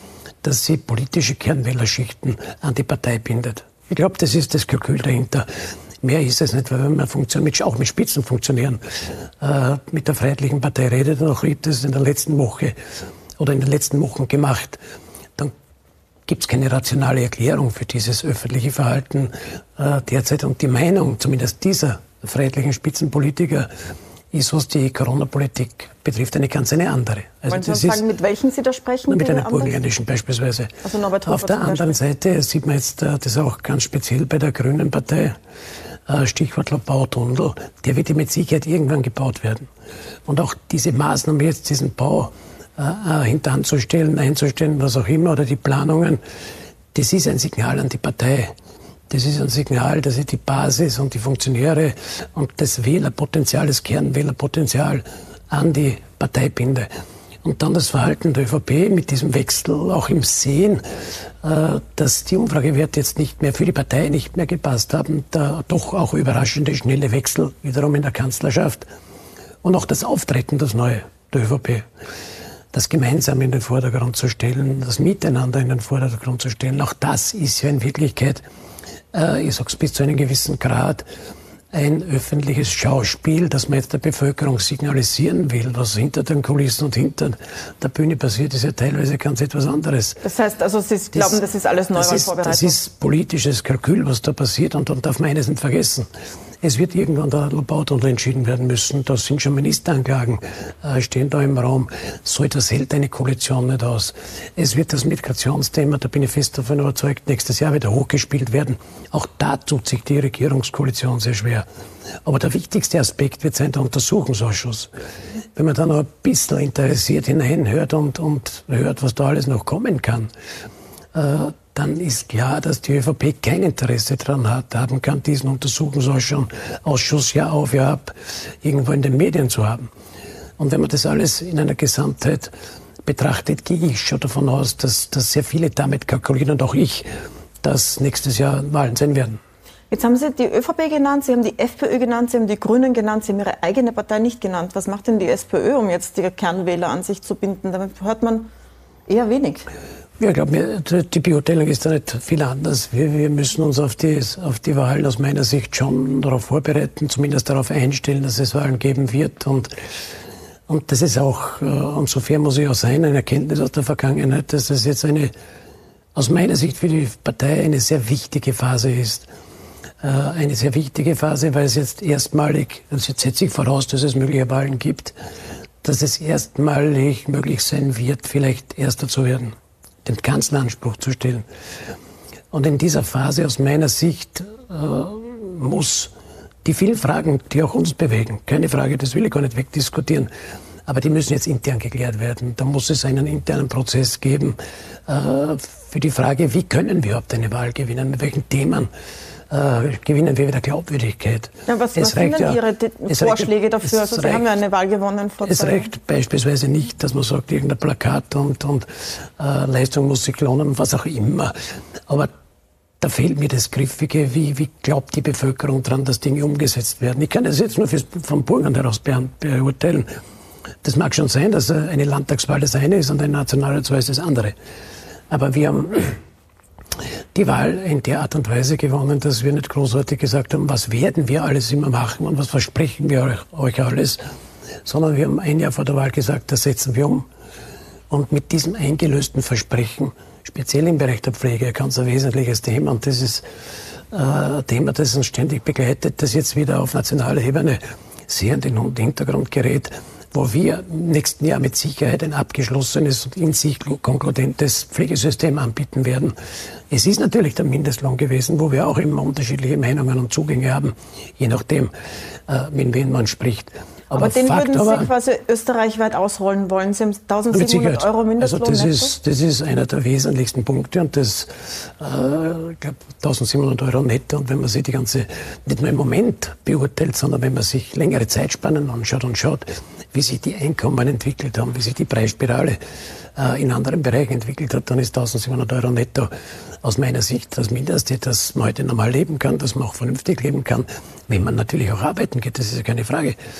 dass sie politische Kernwählerschichten an die Partei bindet. Ich glaube, das ist das Kalkül dahinter. Mehr ist es nicht, weil wenn man auch mit Spitzenfunktionären mit der Freiheitlichen Partei redet, und auch ich das in der letzten Woche oder in den letzten Wochen gemacht, dann gibt es keine rationale Erklärung für dieses öffentliche Verhalten derzeit. Und die Meinung zumindest dieser freiheitlichen Spitzenpolitiker ist, was die Corona-Politik betrifft, eine ganz andere. Also wollen Sie sagen, mit welchen Sie da sprechen? Mit einer burgenländischen beispielsweise. Also Norbert Hofer auf der anderen Seite sieht man jetzt das auch ganz speziell bei der Grünen Partei, Stichwort Lobautunnel, der wird ja mit Sicherheit irgendwann gebaut werden. Und auch diese Maßnahme jetzt, diesen Bau hintanzustellen, einzustellen, was auch immer, oder die Planungen, das ist ein Signal an die Partei. Das ist ein Signal, dass ich die Basis und die Funktionäre und das Wählerpotenzial, das Kernwählerpotenzial an die Partei binde. Und dann das Verhalten der ÖVP mit diesem Wechsel, auch im Sehen, dass die Umfragewerte jetzt nicht mehr für die Partei nicht mehr gepasst haben, da doch auch überraschende, schnelle Wechsel wiederum in der Kanzlerschaft und auch das Auftreten, das Neue der ÖVP, das gemeinsam in den Vordergrund zu stellen, das Miteinander in den Vordergrund zu stellen, auch das ist ja in Wirklichkeit, ich sage es bis zu einem gewissen Grad, ein öffentliches Schauspiel, das man jetzt der Bevölkerung signalisieren will. Was hinter den Kulissen und hinter der Bühne passiert, ist ja teilweise ganz etwas anderes. Das heißt also, Sie glauben, das ist alles Neuwahlvorbereitung? Das ist politisches Kalkül, was da passiert, und dann darf man eines nicht vergessen. Es wird irgendwann der Lobautunnel entschieden werden müssen. Da sind schon Ministeranklagen, stehen da im Raum. So etwas hält eine Koalition nicht aus. Es wird das Migrationsthema, da bin ich fest davon überzeugt, nächstes Jahr wieder hochgespielt werden. Auch da tut sich die Regierungskoalition sehr schwer. Aber der wichtigste Aspekt wird sein der Untersuchungsausschuss. Wenn man da noch ein bisschen interessiert hineinhört und hört, was da alles noch kommen kann, dann ist klar, dass die ÖVP kein Interesse daran haben kann, diesen Untersuchungsausschuss Jahr auf Jahr ab irgendwo in den Medien zu haben. Und wenn man das alles in einer Gesamtheit betrachtet, gehe ich schon davon aus, dass sehr viele damit kalkulieren, und auch ich, dass nächstes Jahr Wahlen sein werden. Jetzt haben Sie die ÖVP genannt, Sie haben die FPÖ genannt, Sie haben die Grünen genannt, Sie haben Ihre eigene Partei nicht genannt. Was macht denn die SPÖ, um jetzt die Kernwähler an sich zu binden? Damit hört man eher wenig. Ja, ich glaube, die Beurteilung ist da nicht viel anders. Wir müssen uns auf die Wahlen aus meiner Sicht schon darauf vorbereiten, zumindest darauf einstellen, dass es Wahlen geben wird. Und das ist auch, und so fair muss ich auch sein, eine Erkenntnis aus der Vergangenheit, dass es jetzt aus meiner Sicht für die Partei eine sehr wichtige Phase ist. Eine sehr wichtige Phase, weil es jetzt erstmalig, also jetzt setze ich voraus, dass es mögliche Wahlen gibt, dass es erstmalig möglich sein wird, vielleicht Erster zu werden, den Kanzleranspruch zu stellen. Und in dieser Phase aus meiner Sicht muss die vielen Fragen, die auch uns bewegen, keine Frage, das will ich gar nicht wegdiskutieren, aber die müssen jetzt intern geklärt werden. Da muss es einen internen Prozess geben für die Frage, wie können wir überhaupt eine Wahl gewinnen, mit welchen Themen gewinnen wir wieder Glaubwürdigkeit. Ja, was sind denn Ihre Vorschläge dafür? Also Sie haben ja eine Wahl gewonnen vor 2 Jahren. Es reicht beispielsweise nicht, dass man sagt, irgendein Plakat und Leistung muss sich lohnen, was auch immer. Aber da fehlt mir das Griffige, wie glaubt die Bevölkerung daran, dass Dinge umgesetzt werden. Ich kann das jetzt nur vom Burgenland heraus beurteilen. Das mag schon sein, dass eine Landtagswahl das eine ist und eine Nationalratswahl das andere. Aber wir haben die Wahl in der Art und Weise gewonnen, dass wir nicht großartig gesagt haben, was werden wir alles immer machen und was versprechen wir euch alles, sondern wir haben ein Jahr vor der Wahl gesagt, das setzen wir um. Und mit diesem eingelösten Versprechen, speziell im Bereich der Pflege, ganz ein wesentliches Thema, und das ist ein Thema, das uns ständig begleitet, das jetzt wieder auf nationaler Ebene sehr in den Hintergrund gerät, wo wir im nächsten Jahr mit Sicherheit ein abgeschlossenes und in sich konkludentes Pflegesystem anbieten werden. Es ist natürlich der Mindestlohn gewesen, wo wir auch immer unterschiedliche Meinungen und Zugänge haben, je nachdem, mit wem man spricht. Aber den würden Sie quasi österreichweit ausrollen wollen. Sie haben 1.700 Euro Mindestlohn. Also das ist einer der wesentlichsten Punkte, und das, ich glaube, 1.700 Euro netto. Und wenn man sich die ganze, nicht nur im Moment beurteilt, sondern wenn man sich längere Zeitspannen anschaut und schaut, wie sich die Einkommen entwickelt haben, wie sich die Preisspirale in anderen Bereichen entwickelt hat, dann ist 1.700 Euro netto aus meiner Sicht das Mindeste, dass man heute normal leben kann, dass man auch vernünftig leben kann, wenn man natürlich auch arbeiten geht, das ist ja keine Frage.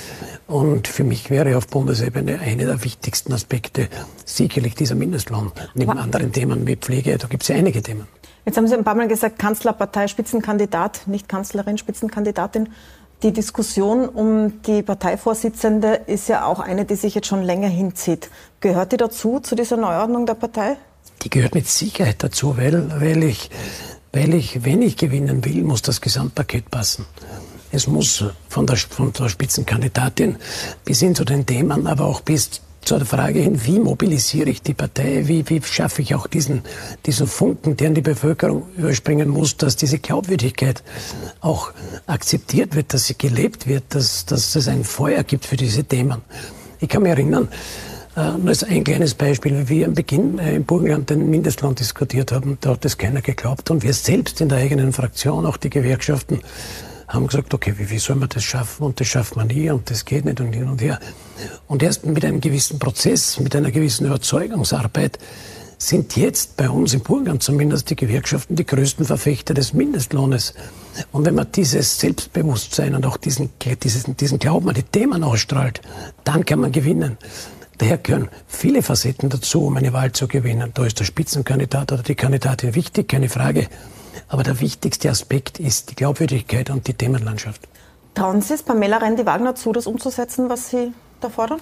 Und für mich wäre auf Bundesebene einer der wichtigsten Aspekte sicherlich dieser Mindestlohn. Neben anderen Themen wie Pflege, da gibt es ja einige Themen. Jetzt haben Sie ein paar Mal gesagt, Kanzlerpartei, Spitzenkandidat, nicht Kanzlerin, Spitzenkandidatin. Die Diskussion um die Parteivorsitzende ist ja auch eine, die sich jetzt schon länger hinzieht. Gehört die dazu, zu dieser Neuordnung der Partei? Die gehört mit Sicherheit dazu, weil ich, wenn ich gewinnen will, muss das Gesamtpaket passen. Es muss von der Spitzenkandidatin bis hin zu den Themen, aber auch bis zur Frage hin, wie mobilisiere ich die Partei, wie schaffe ich auch diesen Funken, der in die Bevölkerung überspringen muss, dass diese Glaubwürdigkeit auch akzeptiert wird, dass sie gelebt wird, dass es ein Feuer gibt für diese Themen. Ich kann mich erinnern, nur als ein kleines Beispiel, wie wir am Beginn im Burgenland den Mindestlohn diskutiert haben, da hat das keiner geglaubt und wir selbst in der eigenen Fraktion, auch die Gewerkschaften, haben gesagt, okay, wie soll man das schaffen? Und das schafft man nie und das geht nicht und hin und her. Und erst mit einem gewissen Prozess, mit einer gewissen Überzeugungsarbeit sind jetzt bei uns im Burgenland zumindest die Gewerkschaften die größten Verfechter des Mindestlohnes. Und wenn man dieses Selbstbewusstsein und auch diesen Glauben an die Themen ausstrahlt, dann kann man gewinnen. Daher gehören viele Facetten dazu, um eine Wahl zu gewinnen. Da ist der Spitzenkandidat oder die Kandidatin wichtig, keine Frage. Aber der wichtigste Aspekt ist die Glaubwürdigkeit und die Themenlandschaft. Trauen Sie es Pamela Rendi-Wagner zu, das umzusetzen, was Sie da fordern?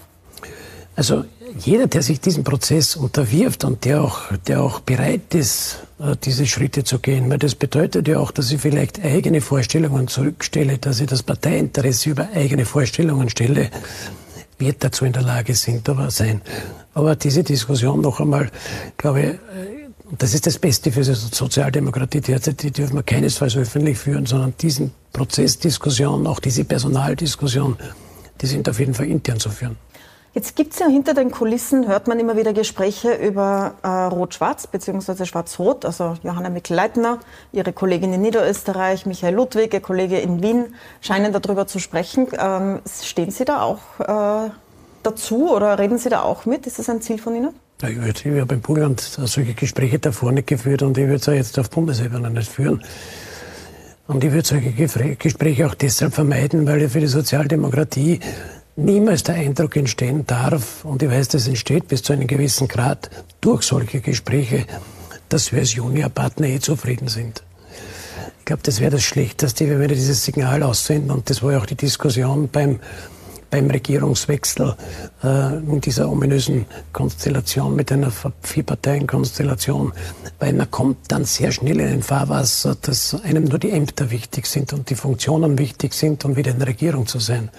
Also jeder, der sich diesem Prozess unterwirft und der auch bereit ist, diese Schritte zu gehen, weil das bedeutet ja auch, dass ich vielleicht eigene Vorstellungen zurückstelle, dass ich das Parteiinteresse über eigene Vorstellungen stelle, wird dazu in der Lage sein. Aber diese Diskussion noch einmal, glaube ich, und das ist das Beste für die Sozialdemokratie derzeit, die dürfen wir keinesfalls öffentlich führen, sondern diesen Prozessdiskussion, auch diese Personaldiskussion, die sind auf jeden Fall intern zu führen. Jetzt gibt es ja hinter den Kulissen, hört man immer wieder Gespräche über Rot-Schwarz bzw. Schwarz-Rot, also Johanna Mikl-Leitner, ihre Kollegin in Niederösterreich, Michael Ludwig, ihr Kollege in Wien, scheinen darüber zu sprechen. Stehen Sie da auch dazu oder reden Sie da auch mit? Ist das ein Ziel von Ihnen? Ja, ich habe im Burgenland solche Gespräche davor nicht geführt und ich würde es auch jetzt auf Bundesebene nicht führen. Und ich würde solche Gespräche auch deshalb vermeiden, weil für die Sozialdemokratie niemals der Eindruck entstehen darf, und ich weiß, das entsteht bis zu einem gewissen Grad durch solche Gespräche, dass wir als Juniorpartner zufrieden sind. Ich glaube, das wäre das Schlechteste, wenn wir dieses Signal aussenden, und das war ja auch die Diskussion beim Regierungswechsel in dieser ominösen Konstellation mit einer Vierparteienkonstellation, weil man kommt dann sehr schnell in ein Fahrwasser, dass einem nur die Ämter wichtig sind und die Funktionen wichtig sind, um wieder in der Regierung zu sein.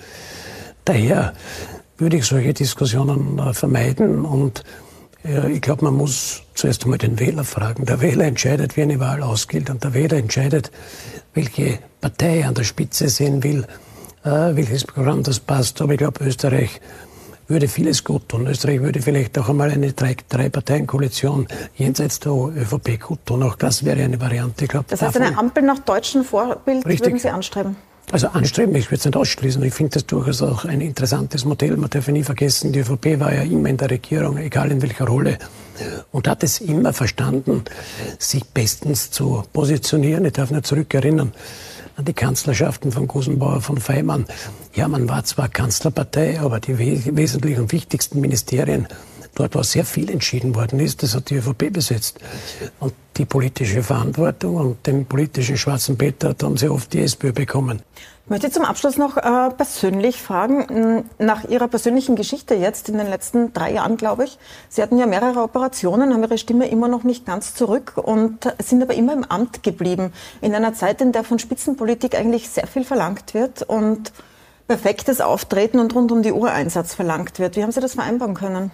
Daher würde ich solche Diskussionen vermeiden und ich glaube, man muss zuerst einmal den Wähler fragen. Der Wähler entscheidet, wie eine Wahl ausgeht, und der Wähler entscheidet, welche Partei an der Spitze sehen will, welches Programm das passt. Aber ich glaube, Österreich würde vieles gut tun. Österreich würde vielleicht auch einmal eine Drei-Parteien-Koalition jenseits der ÖVP gut tun. Auch das wäre eine Variante. Ich glaub, das heißt, eine Ampel nach deutschem Vorbild würden Sie anstreben? Also anstreben, ich würde es nicht ausschließen. Ich finde das durchaus auch ein interessantes Modell. Man darf ja nie vergessen, die ÖVP war ja immer in der Regierung, egal in welcher Rolle, und hat es immer verstanden, sich bestens zu positionieren. Ich darf nicht zurückerinnern an die Kanzlerschaften von Gusenbauer, von Feimann. Ja, man war zwar Kanzlerpartei, aber die wesentlichen und wichtigsten Ministerien, dort, wo sehr viel entschieden worden ist, das hat die ÖVP besetzt. Und die politische Verantwortung und den politischen schwarzen Peter haben sie oft die SPÖ bekommen. Ich möchte zum Abschluss noch persönlich fragen, nach Ihrer persönlichen Geschichte jetzt in den letzten 3 Jahren, glaube ich. Sie hatten ja mehrere Operationen, haben Ihre Stimme immer noch nicht ganz zurück und sind aber immer im Amt geblieben. In einer Zeit, in der von Spitzenpolitik eigentlich sehr viel verlangt wird und perfektes Auftreten und rund um die Uhr Einsatz verlangt wird. Wie haben Sie das vereinbaren können?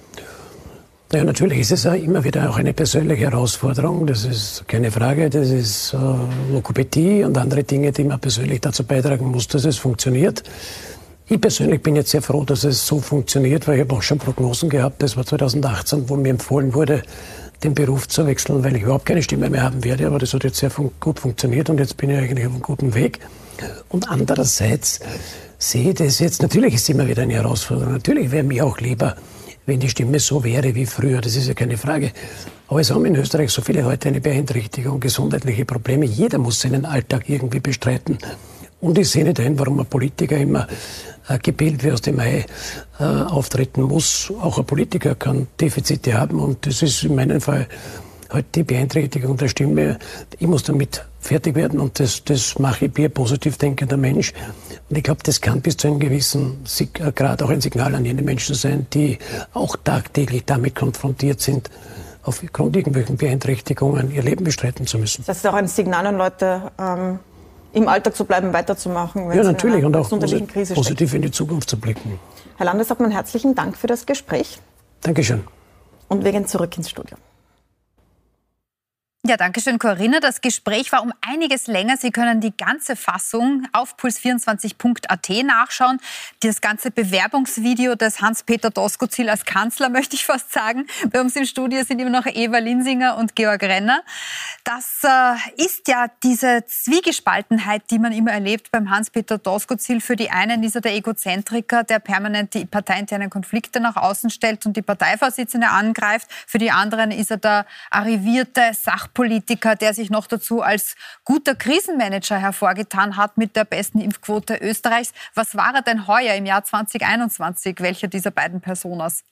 Ja, natürlich ist es immer wieder auch eine persönliche Herausforderung. Das ist keine Frage. Das ist Logopädie und andere Dinge, die man persönlich dazu beitragen muss, dass es funktioniert. Ich persönlich bin jetzt sehr froh, dass es so funktioniert, weil ich habe auch schon Prognosen gehabt. Das war 2018, wo mir empfohlen wurde, den Beruf zu wechseln, weil ich überhaupt keine Stimme mehr haben werde. Aber das hat jetzt sehr gut funktioniert und jetzt bin ich eigentlich auf einem guten Weg. Und andererseits sehe ich das jetzt, natürlich ist es immer wieder eine Herausforderung. Natürlich wäre mir auch lieber, wenn die Stimme so wäre wie früher, das ist ja keine Frage. Aber es haben in Österreich so viele Leute eine Beeinträchtigung, gesundheitliche Probleme. Jeder muss seinen Alltag irgendwie bestreiten. Und ich sehe nicht ein, warum ein Politiker immer gebildet wie aus dem Ei auftreten muss. Auch ein Politiker kann Defizite haben und das ist in meinem Fall halt die Beeinträchtigung der Stimme. Ich muss damit fertig werden und das mache ich, bin ein positiv denkender Mensch. Und ich glaube, das kann bis zu einem gewissen Grad auch ein Signal an jene Menschen sein, die auch tagtäglich damit konfrontiert sind, aufgrund irgendwelchen Beeinträchtigungen ihr Leben bestreiten zu müssen. Das ist auch ein Signal an Leute, im Alltag zu bleiben, weiterzumachen, wenn ja, natürlich, und auch Krise positiv in die Zukunft zu blicken. Herr Landeshauptmann, herzlichen Dank für das Gespräch. Dankeschön. Und wir gehen zurück ins Studio. Ja, danke schön, Corinna. Das Gespräch war um einiges länger. Sie können die ganze Fassung auf puls24.at nachschauen. Das ganze Bewerbungsvideo des Hans-Peter Doskozil als Kanzler, möchte ich fast sagen. Bei uns im Studio sind immer noch Eva Linsinger und Georg Renner. Das ist ja diese Zwiegespaltenheit, die man immer erlebt beim Hans-Peter Doskozil. Für die einen ist er der Egozentriker, der permanent die parteiinternen Konflikte nach außen stellt und die Parteivorsitzende angreift. Für die anderen ist er der arrivierte Sachpolitiker, der sich noch dazu als guter Krisenmanager hervorgetan hat mit der besten Impfquote Österreichs. Was war er denn heuer im Jahr 2021? Welcher dieser beiden Personas?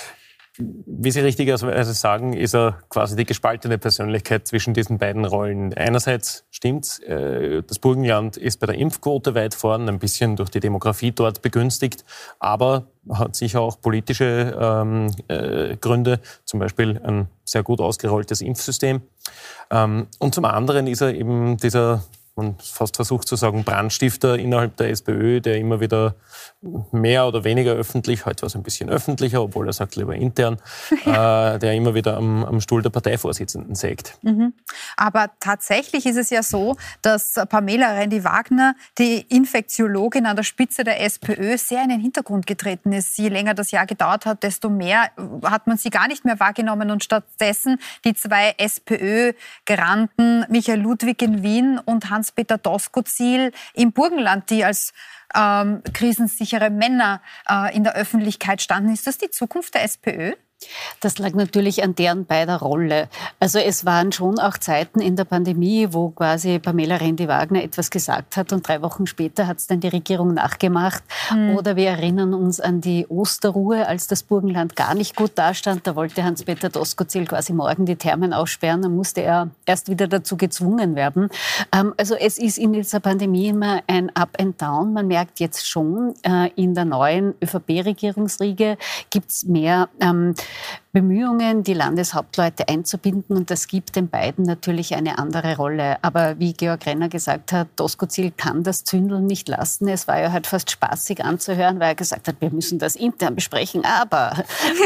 Wie Sie richtigerweise sagen, ist er quasi die gespaltene Persönlichkeit zwischen diesen beiden Rollen. Einerseits stimmt's, das Burgenland ist bei der Impfquote weit vorn, ein bisschen durch die Demografie dort begünstigt, aber hat sicher auch politische Gründe, zum Beispiel ein sehr gut ausgerolltes Impfsystem. Und zum anderen ist er eben dieser, man fast versucht zu sagen, Brandstifter innerhalb der SPÖ, der immer wieder mehr oder weniger öffentlich, heute war es ein bisschen öffentlicher, obwohl er sagt lieber intern, der immer wieder am Stuhl der Parteivorsitzenden sägt. Mhm. Aber tatsächlich ist es ja so, dass Pamela Rendi-Wagner, die Infektiologin an der Spitze der SPÖ, sehr in den Hintergrund getreten ist. Je länger das Jahr gedauert hat, desto mehr hat man sie gar nicht mehr wahrgenommen und stattdessen die zwei SPÖ-Garanten Michael Ludwig in Wien und Hans-Peter Doskozil im Burgenland, die als krisensichere Männer in der Öffentlichkeit standen. Ist das die Zukunft der SPÖ? Das lag natürlich an deren beider Rolle. Also es waren schon auch Zeiten in der Pandemie, wo quasi Pamela Rendi-Wagner etwas gesagt hat und 3 Wochen später hat es dann die Regierung nachgemacht. Oder wir erinnern uns an die Osterruhe, als das Burgenland gar nicht gut dastand. Da wollte Hans-Peter Doskozil quasi morgen die Thermen aussperren. Dann musste er erst wieder dazu gezwungen werden. Also es ist in dieser Pandemie immer ein Up and Down. Man merkt jetzt schon, in der neuen ÖVP-Regierungsriege gibt es mehr Bemühungen, die Landeshauptleute einzubinden und das gibt den beiden natürlich eine andere Rolle. Aber wie Georg Renner gesagt hat, Doskozil kann das Zündeln nicht lassen. Es war ja halt fast spaßig anzuhören, weil er gesagt hat, wir müssen das intern besprechen, aber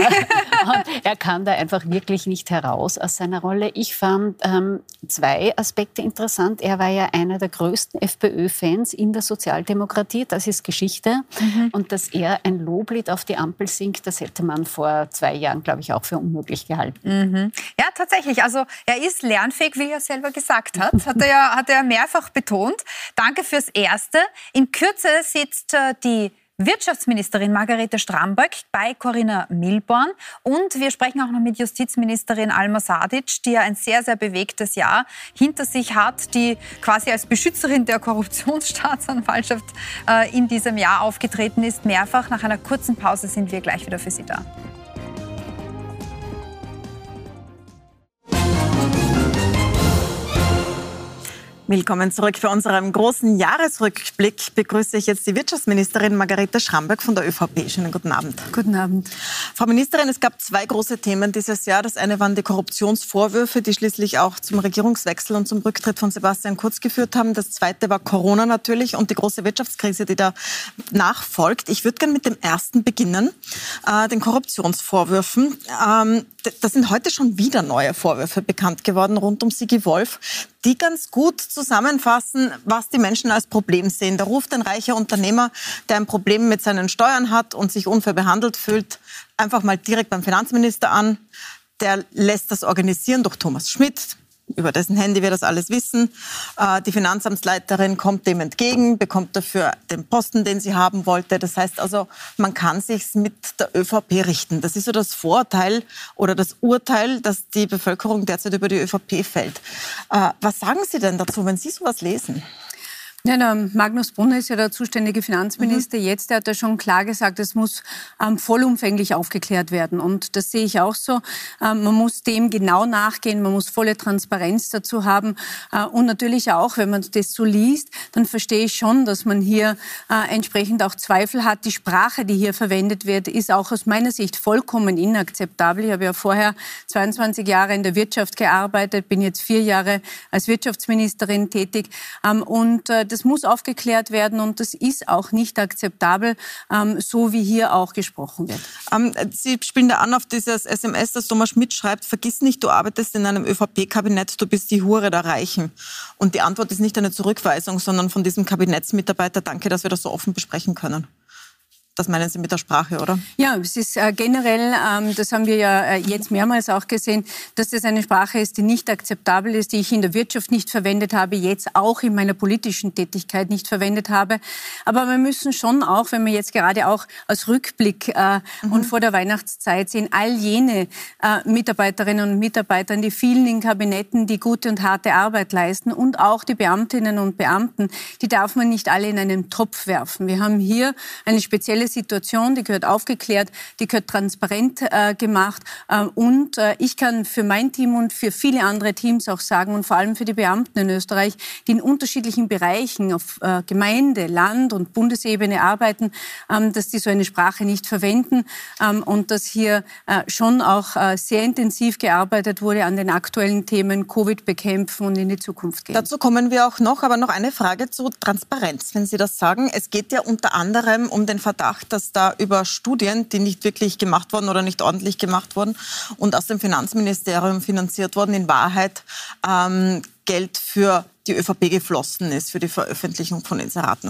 er kann da einfach wirklich nicht heraus aus seiner Rolle. Ich fand 2 Aspekte interessant. Er war ja einer der größten FPÖ-Fans in der Sozialdemokratie, das ist Geschichte. Und dass er ein Loblied auf die Ampel singt, das hätte man vor 2 Jahren, glaube ich, auch für unmöglich gehalten. Ja, tatsächlich. Also er ist lernfähig, wie er selber gesagt hat. Hat er ja mehrfach betont. Danke fürs Erste. In Kürze sitzt die Wirtschaftsministerin Margarete Stramböck bei Corinna Milborn. Und wir sprechen auch noch mit Justizministerin Alma Sadic, die ja ein sehr, sehr bewegtes Jahr hinter sich hat, die quasi als Beschützerin der Korruptionsstaatsanwaltschaft in diesem Jahr aufgetreten ist, mehrfach. Nach einer kurzen Pause sind wir gleich wieder für Sie da. Willkommen zurück. Für unseren großen Jahresrückblick begrüße ich jetzt die Wirtschaftsministerin Margarete Stramböck von der ÖVP. Schönen guten Abend. Guten Abend. Frau Ministerin, es gab 2 große Themen dieses Jahr. Das eine waren die Korruptionsvorwürfe, die schließlich auch zum Regierungswechsel und zum Rücktritt von Sebastian Kurz geführt haben. Das zweite war Corona natürlich und die große Wirtschaftskrise, die da nachfolgt. Ich würde gerne mit dem ersten beginnen, den Korruptionsvorwürfen. Da sind heute schon wieder neue Vorwürfe bekannt geworden rund um Sigi Wolf, die ganz gut zusammenfassen, was die Menschen als Problem sehen. Da ruft ein reicher Unternehmer, der ein Problem mit seinen Steuern hat und sich unfair behandelt fühlt, einfach mal direkt beim Finanzminister an. Der lässt das organisieren durch Thomas Schmidt, über dessen Handy wir das alles wissen. Die Finanzamtsleiterin kommt dem entgegen, bekommt dafür den Posten, den sie haben wollte. Das heißt also, man kann sich's mit der ÖVP richten. Das ist so das Vorurteil oder das Urteil, das die Bevölkerung derzeit über die ÖVP fällt. Was sagen Sie denn dazu, wenn Sie sowas lesen? Ja, der Magnus Brunner ist ja der zuständige Finanzminister jetzt. Der hat ja schon klar gesagt, es muss vollumfänglich aufgeklärt werden. Und das sehe ich auch so. Man muss dem genau nachgehen, man muss volle Transparenz dazu haben. Und natürlich auch, wenn man das so liest, dann verstehe ich schon, dass man hier entsprechend auch Zweifel hat. Die Sprache, die hier verwendet wird, ist auch aus meiner Sicht vollkommen inakzeptabel. Ich habe ja vorher 22 Jahre in der Wirtschaft gearbeitet, bin jetzt 4 Jahre als Wirtschaftsministerin tätig. Und das muss aufgeklärt werden und das ist auch nicht akzeptabel, so wie hier auch gesprochen wird. Sie spielen da an auf dieses SMS, das Thomas Schmidt schreibt, vergiss nicht, du arbeitest in einem ÖVP-Kabinett, du bist die Hure der Reichen. Und die Antwort ist nicht eine Zurückweisung, sondern von diesem Kabinettsmitarbeiter, danke, dass wir das so offen besprechen können. Das meinen Sie mit der Sprache, oder? Ja, es ist generell, das haben wir ja jetzt mehrmals auch gesehen, dass das eine Sprache ist, die nicht akzeptabel ist, die ich in der Wirtschaft nicht verwendet habe, jetzt auch in meiner politischen Tätigkeit nicht verwendet habe. Aber wir müssen schon auch, wenn wir jetzt gerade auch als Rückblick und vor der Weihnachtszeit sehen, all jene Mitarbeiterinnen und Mitarbeiter, die vielen in Kabinetten, die gute und harte Arbeit leisten und auch die Beamtinnen und Beamten, die darf man nicht alle in einen Topf werfen. Wir haben hier eine spezielle Situation, die gehört aufgeklärt, die gehört transparent gemacht. Und ich kann für mein Team und für viele andere Teams auch sagen, und vor allem für die Beamten in Österreich, die in unterschiedlichen Bereichen auf Gemeinde-, Land- und Bundesebene arbeiten, dass die so eine Sprache nicht verwenden und dass hier schon auch sehr intensiv gearbeitet wurde an den aktuellen Themen Covid bekämpfen und in die Zukunft gehen. Dazu kommen wir auch noch, aber noch eine Frage zu Transparenz, wenn Sie das sagen. Es geht ja unter anderem um den Verdacht, dass da über Studien, die nicht wirklich gemacht wurden oder nicht ordentlich gemacht wurden und aus dem Finanzministerium finanziert wurden, in Wahrheit Geld für die ÖVP geflossen ist, für die Veröffentlichung von Inseraten,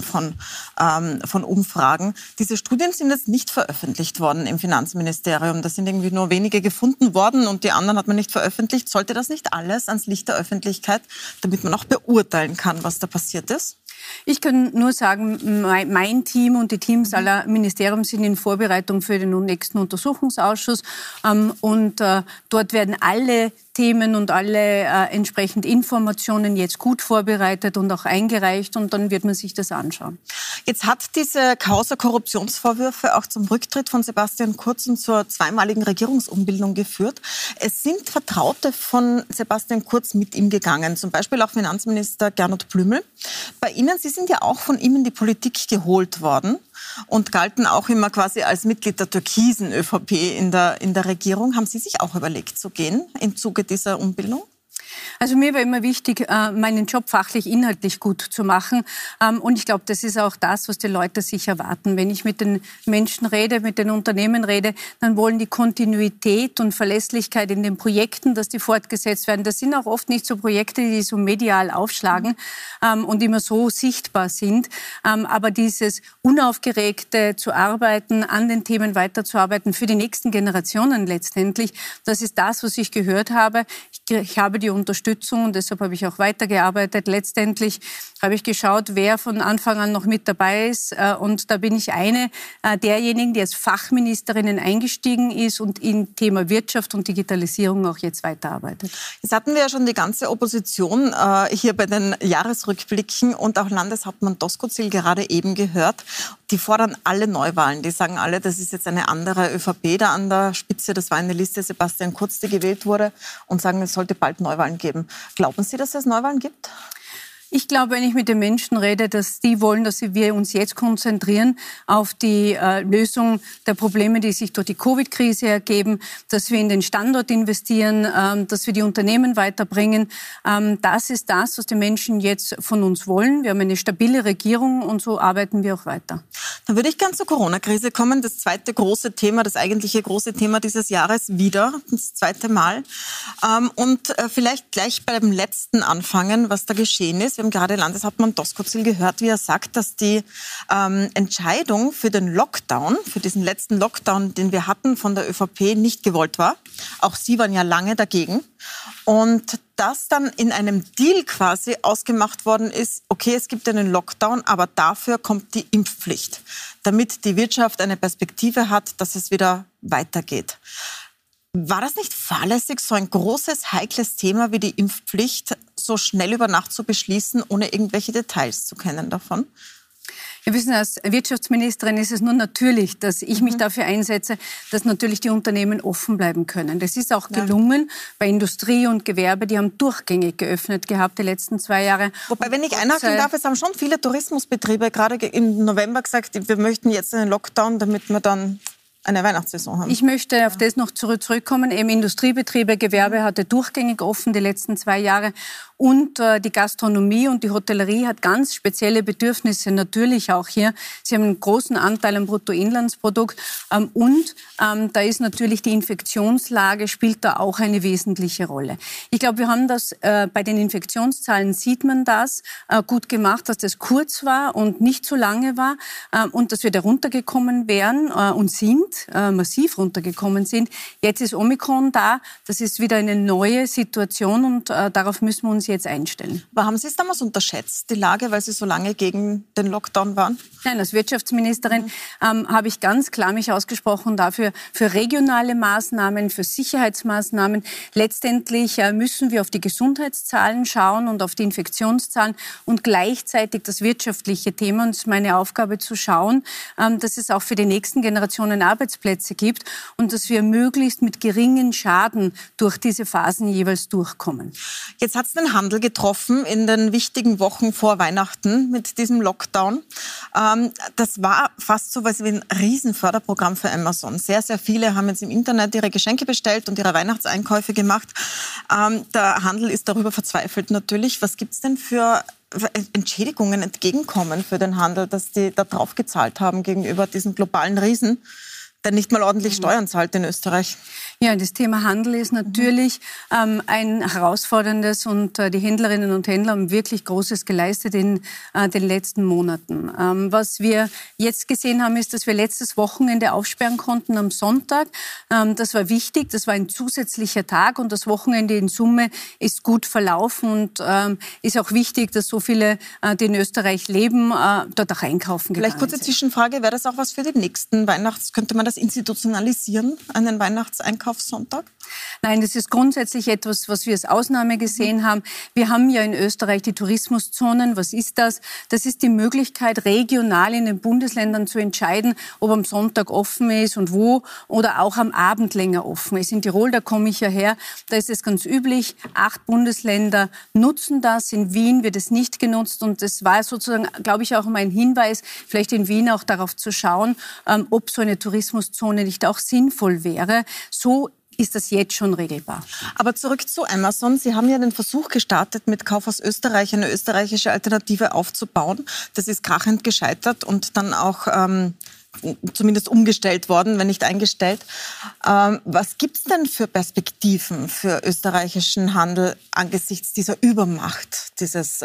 von Umfragen. Diese Studien sind jetzt nicht veröffentlicht worden im Finanzministerium. Da sind irgendwie nur wenige gefunden worden und die anderen hat man nicht veröffentlicht. Sollte das nicht alles ans Licht der Öffentlichkeit, damit man auch beurteilen kann, was da passiert ist? Ich kann nur sagen, mein Team und die Teams aller Ministerien sind in Vorbereitung für den nächsten Untersuchungsausschuss. Und dort werden alle Themen und alle entsprechend Informationen jetzt gut vorbereitet und auch eingereicht. Und dann wird man sich das anschauen. Jetzt hat diese Causa Korruptionsvorwürfe auch zum Rücktritt von Sebastian Kurz und zur zweimaligen Regierungsumbildung geführt. Es sind Vertraute von Sebastian Kurz mit ihm gegangen, zum Beispiel auch Finanzminister Gernot Blümel. Bei Ihnen, Sie sind ja auch von ihm in die Politik geholt worden und galten auch immer quasi als Mitglied der türkisen ÖVP in der Regierung. Haben Sie sich auch überlegt zu gehen im Zuge dieser Umbildung? Also mir war immer wichtig, meinen Job fachlich, inhaltlich gut zu machen. Und ich glaube, das ist auch das, was die Leute sich erwarten. Wenn ich mit den Menschen rede, mit den Unternehmen rede, dann wollen die Kontinuität und Verlässlichkeit in den Projekten, dass die fortgesetzt werden. Das sind auch oft nicht so Projekte, die so medial aufschlagen und immer so sichtbar sind. Aber dieses unaufgeregte zu arbeiten, an den Themen weiterzuarbeiten, für die nächsten Generationen letztendlich, das ist das, was ich gehört habe. Ich habe die Unterstützung und deshalb habe ich auch weitergearbeitet. Letztendlich habe ich geschaut, wer von Anfang an noch mit dabei ist. Und da bin ich eine derjenigen, die als Fachministerin eingestiegen ist und im Thema Wirtschaft und Digitalisierung auch jetzt weiterarbeitet. Jetzt hatten wir ja schon die ganze Opposition hier bei den Jahresrückblicken und auch Landeshauptmann Doskozil gerade eben gehört. Die fordern alle Neuwahlen. Die sagen alle, das ist jetzt eine andere ÖVP da an der Spitze. Das war eine Liste Sebastian Kurz, die gewählt wurde und sagen, es sollte bald Neuwahlen geben. Glauben Sie, dass es Neuwahlen gibt? Ich glaube, wenn ich mit den Menschen rede, dass die wollen, dass wir uns jetzt konzentrieren auf die Lösung der Probleme, die sich durch die Covid-Krise ergeben, dass wir in den Standort investieren, dass wir die Unternehmen weiterbringen. Das ist das, was die Menschen jetzt von uns wollen. Wir haben eine stabile Regierung und so arbeiten wir auch weiter. Dann würde ich gerne zur Corona-Krise kommen. Das zweite große Thema, das eigentliche große Thema dieses Jahres wieder, das zweite Mal. Und vielleicht gleich beim letzten anfangen, was da geschehen ist. Wir haben gerade Landeshauptmann Doskozil gehört, wie er sagt, dass die Entscheidung für den Lockdown, für diesen letzten Lockdown, den wir hatten, von der ÖVP nicht gewollt war. Auch Sie waren ja lange dagegen. Und dass dann in einem Deal quasi ausgemacht worden ist, okay, es gibt einen Lockdown, aber dafür kommt die Impfpflicht, damit die Wirtschaft eine Perspektive hat, dass es wieder weitergeht. War das nicht fahrlässig, so ein großes, heikles Thema wie die Impfpflicht so schnell über Nacht zu beschließen, ohne irgendwelche Details zu kennen davon? Wir wissen, als Wirtschaftsministerin ist es nur natürlich, dass ich mich dafür einsetze, dass natürlich die Unternehmen offen bleiben können. Das ist auch gelungen bei Industrie und Gewerbe. Die haben durchgängig geöffnet gehabt die letzten 2 Jahre. Wobei, wenn ich einhaken darf, es haben schon viele Tourismusbetriebe gerade im November gesagt, wir möchten jetzt einen Lockdown, damit wir dann eine Weihnachtssaison haben. Ich möchte auf das noch zurückkommen. Eben Industriebetriebe, Gewerbe hatte durchgängig offen die letzten 2 Jahre. Und die Gastronomie und die Hotellerie hat ganz spezielle Bedürfnisse, natürlich auch hier. Sie haben einen großen Anteil am Bruttoinlandsprodukt. Da ist natürlich die Infektionslage, spielt da auch eine wesentliche Rolle. Ich glaube, wir haben das, bei den Infektionszahlen sieht man das, gut gemacht, dass das kurz war und nicht so lange war und dass wir da runtergekommen wären und sind, massiv runtergekommen sind. Jetzt ist Omikron da, das ist wieder eine neue Situation und darauf müssen wir uns jetzt einstellen. Aber haben Sie es damals unterschätzt, die Lage, weil Sie so lange gegen den Lockdown waren? Nein, als Wirtschaftsministerin habe ich ganz klar mich ausgesprochen dafür, für regionale Maßnahmen, für Sicherheitsmaßnahmen. Letztendlich müssen wir auf die Gesundheitszahlen schauen und auf die Infektionszahlen und gleichzeitig das wirtschaftliche Thema. Und es ist meine Aufgabe zu schauen, dass es auch für die nächsten Generationen Arbeitsplätze gibt und dass wir möglichst mit geringen Schaden durch diese Phasen jeweils durchkommen. Jetzt hat es den Handel getroffen in den wichtigen Wochen vor Weihnachten mit diesem Lockdown. Das war fast so was wie ein Riesenförderprogramm für Amazon. Sehr, sehr viele haben jetzt im Internet ihre Geschenke bestellt und ihre Weihnachtseinkäufe gemacht. Der Handel ist darüber verzweifelt natürlich. Was gibt es denn für Entschädigungen, Entgegenkommen für den Handel, dass die da drauf gezahlt haben gegenüber diesen globalen Riesen, der nicht mal ordentlich Steuern zahlt in Österreich? Ja, das Thema Handel ist natürlich ein herausforderndes und die Händlerinnen und Händler haben wirklich Großes geleistet in den letzten Monaten. Was wir jetzt gesehen haben, ist, dass wir letztes Wochenende aufsperren konnten am Sonntag. Das war wichtig, das war ein zusätzlicher Tag und das Wochenende in Summe ist gut verlaufen und ist auch wichtig, dass so viele, die in Österreich leben, dort auch einkaufen gegangen sind. Vielleicht kurze Zwischenfrage, wäre das auch was für den nächsten könnte man das institutionalisieren, einen Weihnachtseinkaufssonntag? Nein, das ist grundsätzlich etwas, was wir als Ausnahme gesehen haben. Wir haben ja in Österreich die Tourismuszonen. Was ist das? Das ist die Möglichkeit, regional in den Bundesländern zu entscheiden, ob am Sonntag offen ist und wo oder auch am Abend länger offen ist. In Tirol, da komme ich ja her, da ist es ganz üblich. 8 Bundesländer nutzen das. In Wien wird es nicht genutzt und das war sozusagen, glaube ich, auch mein Hinweis, vielleicht in Wien auch darauf zu schauen, ob so eine Tourismuszone nicht auch sinnvoll wäre. So ist das jetzt schon regelbar. Aber zurück zu Amazon. Sie haben ja den Versuch gestartet, mit Kauf aus Österreich eine österreichische Alternative aufzubauen. Das ist krachend gescheitert und dann auch zumindest umgestellt worden, wenn nicht eingestellt. Was gibt es denn für Perspektiven für österreichischen Handel angesichts dieser Übermacht dieses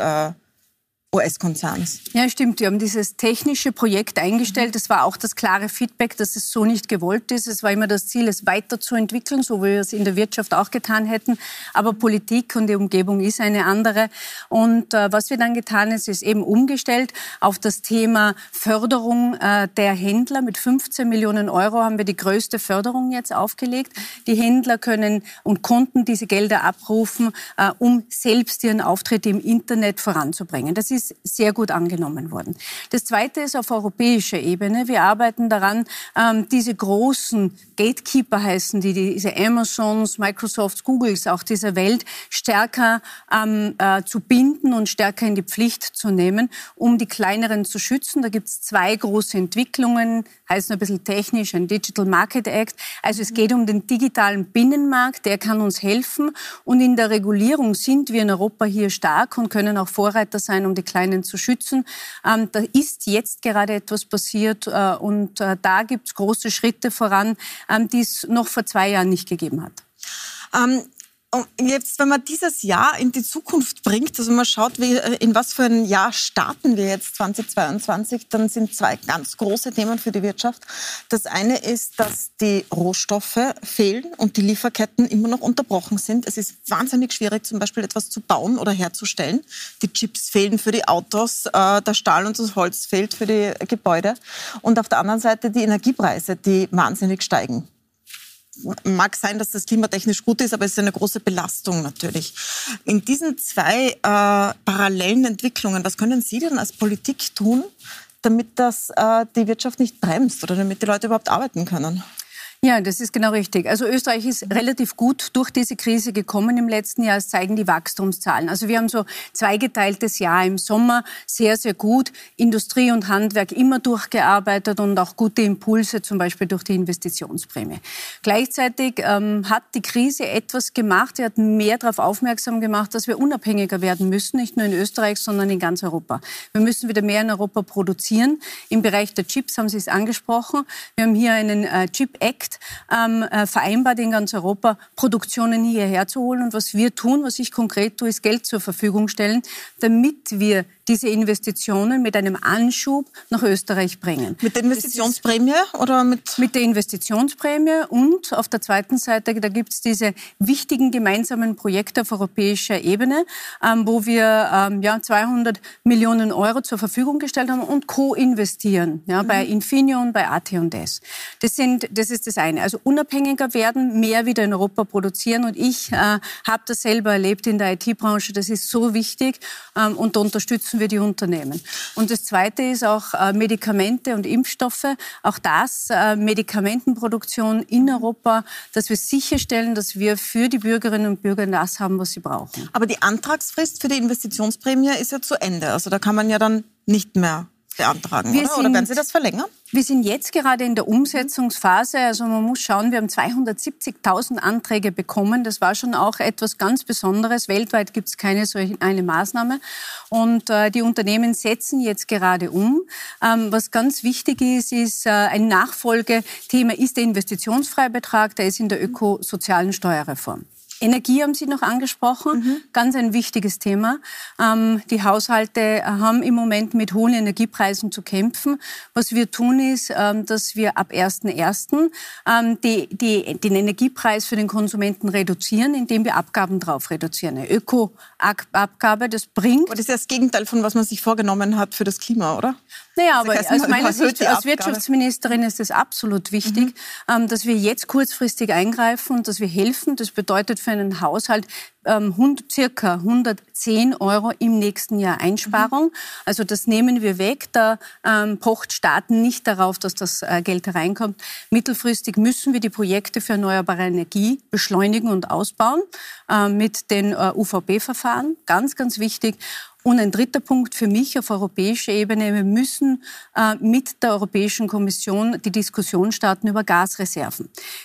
US-Konzerns? Ja, stimmt. Wir haben dieses technische Projekt eingestellt. Das war auch das klare Feedback, dass es so nicht gewollt ist. Es war immer das Ziel, es weiterzuentwickeln, so wie wir es in der Wirtschaft auch getan hätten. Aber Politik und die Umgebung ist eine andere. Und was wir dann getan haben, ist eben umgestellt auf das Thema Förderung der Händler. Mit 15 Millionen Euro haben wir die größte Förderung jetzt aufgelegt. Die Händler können und konnten diese Gelder abrufen, um selbst ihren Auftritt im Internet voranzubringen. Das ist sehr gut angenommen worden. Das Zweite ist auf europäischer Ebene. Wir arbeiten daran, diese großen Gatekeeper heißen diese Amazons, Microsofts, Googles auch dieser Welt stärker zu binden und stärker in die Pflicht zu nehmen, um die kleineren zu schützen. Da gibt es 2 große Entwicklungen, heißen ein bisschen technisch, ein Digital Market Act. Also es geht um den digitalen Binnenmarkt, der kann uns helfen. Und in der Regulierung sind wir in Europa hier stark und können auch Vorreiter sein, um die Kleinen zu schützen. Da ist jetzt gerade etwas passiert und da gibt es große Schritte voran, die es noch vor 2 Jahren nicht gegeben hat. Und jetzt, wenn man dieses Jahr in die Zukunft bringt, also man schaut, in was für ein Jahr starten wir jetzt 2022, dann sind 2 ganz große Themen für die Wirtschaft. Das eine ist, dass die Rohstoffe fehlen und die Lieferketten immer noch unterbrochen sind. Es ist wahnsinnig schwierig, zum Beispiel etwas zu bauen oder herzustellen. Die Chips fehlen für die Autos, der Stahl und das Holz fehlt für die Gebäude. Und auf der anderen Seite die Energiepreise, die wahnsinnig steigen. mag sein, dass das klimatechnisch gut ist, aber es ist eine große Belastung natürlich. In diesen zwei parallelen Entwicklungen, was können Sie denn als Politik tun, damit das die Wirtschaft nicht bremst oder damit die Leute überhaupt arbeiten können? Ja, das ist genau richtig. Also Österreich ist relativ gut durch diese Krise gekommen im letzten Jahr. Das zeigen die Wachstumszahlen. Also wir haben so zweigeteiltes Jahr. Im Sommer sehr, sehr gut. Industrie und Handwerk immer durchgearbeitet und auch gute Impulse, zum Beispiel durch die Investitionsprämie. Gleichzeitig hat die Krise etwas gemacht. Sie hat mehr darauf aufmerksam gemacht, dass wir unabhängiger werden müssen. Nicht nur in Österreich, sondern in ganz Europa. Wir müssen wieder mehr in Europa produzieren. Im Bereich der Chips haben Sie es angesprochen. Wir haben hier einen Chip-Act vereinbart in ganz Europa, Produktionen hierher zu holen. Und was wir tun, was ich konkret tue, ist Geld zur Verfügung stellen, damit wir diese Investitionen mit einem Anschub nach Österreich bringen. Mit der Investitionsprämie oder mit? Mit der Investitionsprämie und auf der zweiten Seite, da gibt es diese wichtigen gemeinsamen Projekte auf europäischer Ebene, wo wir 200 Millionen Euro zur Verfügung gestellt haben und co-investieren, bei Infineon, bei AT&S. Das ist das eine. Also unabhängiger werden, mehr wieder in Europa produzieren und ich habe das selber erlebt in der IT-Branche, das ist so wichtig und da unterstützen wir die Unternehmen. Und das Zweite ist auch Medikamente und Impfstoffe. Auch das, Medikamentenproduktion in Europa, dass wir sicherstellen, dass wir für die Bürgerinnen und Bürger das haben, was sie brauchen. Aber die Antragsfrist für die Investitionsprämie ist ja zu Ende. Also da kann man ja dann nicht mehr beantragen, oder werden Sie das verlängern? Wir sind jetzt gerade in der Umsetzungsphase. Also man muss schauen, wir haben 270.000 Anträge bekommen. Das war schon auch etwas ganz Besonderes. Weltweit gibt es keine solche eine Maßnahme. Und die Unternehmen setzen jetzt gerade um. Was ganz wichtig ist ein Nachfolgethema ist der Investitionsfreibetrag. Der ist in der ökosozialen Steuerreform. Energie haben Sie noch angesprochen, ganz ein wichtiges Thema. Die Haushalte haben im Moment mit hohen Energiepreisen zu kämpfen. Was wir tun ist, dass wir ab 1.1. Den Energiepreis für den Konsumenten reduzieren, indem wir Abgaben drauf reduzieren. Eine Öko-Abgabe, das bringt... Aber das ist ja das Gegenteil von was man sich vorgenommen hat für das Klima, oder? Naja, aber aus meiner Sicht als Wirtschaftsministerin ist es absolut wichtig, dass wir jetzt kurzfristig eingreifen und dass wir helfen. Das bedeutet für einen Haushalt circa 110 Euro im nächsten Jahr Einsparung. Also das nehmen wir weg. Da pocht Staaten nicht darauf, dass das Geld hereinkommt. Mittelfristig müssen wir die Projekte für erneuerbare Energie beschleunigen und ausbauen mit den UVP-Verfahren. Ganz, ganz wichtig. Und ein dritter Punkt für mich auf europäischer Ebene, wir müssen mit der Europäischen Kommission die Diskussion starten über Gasreserven.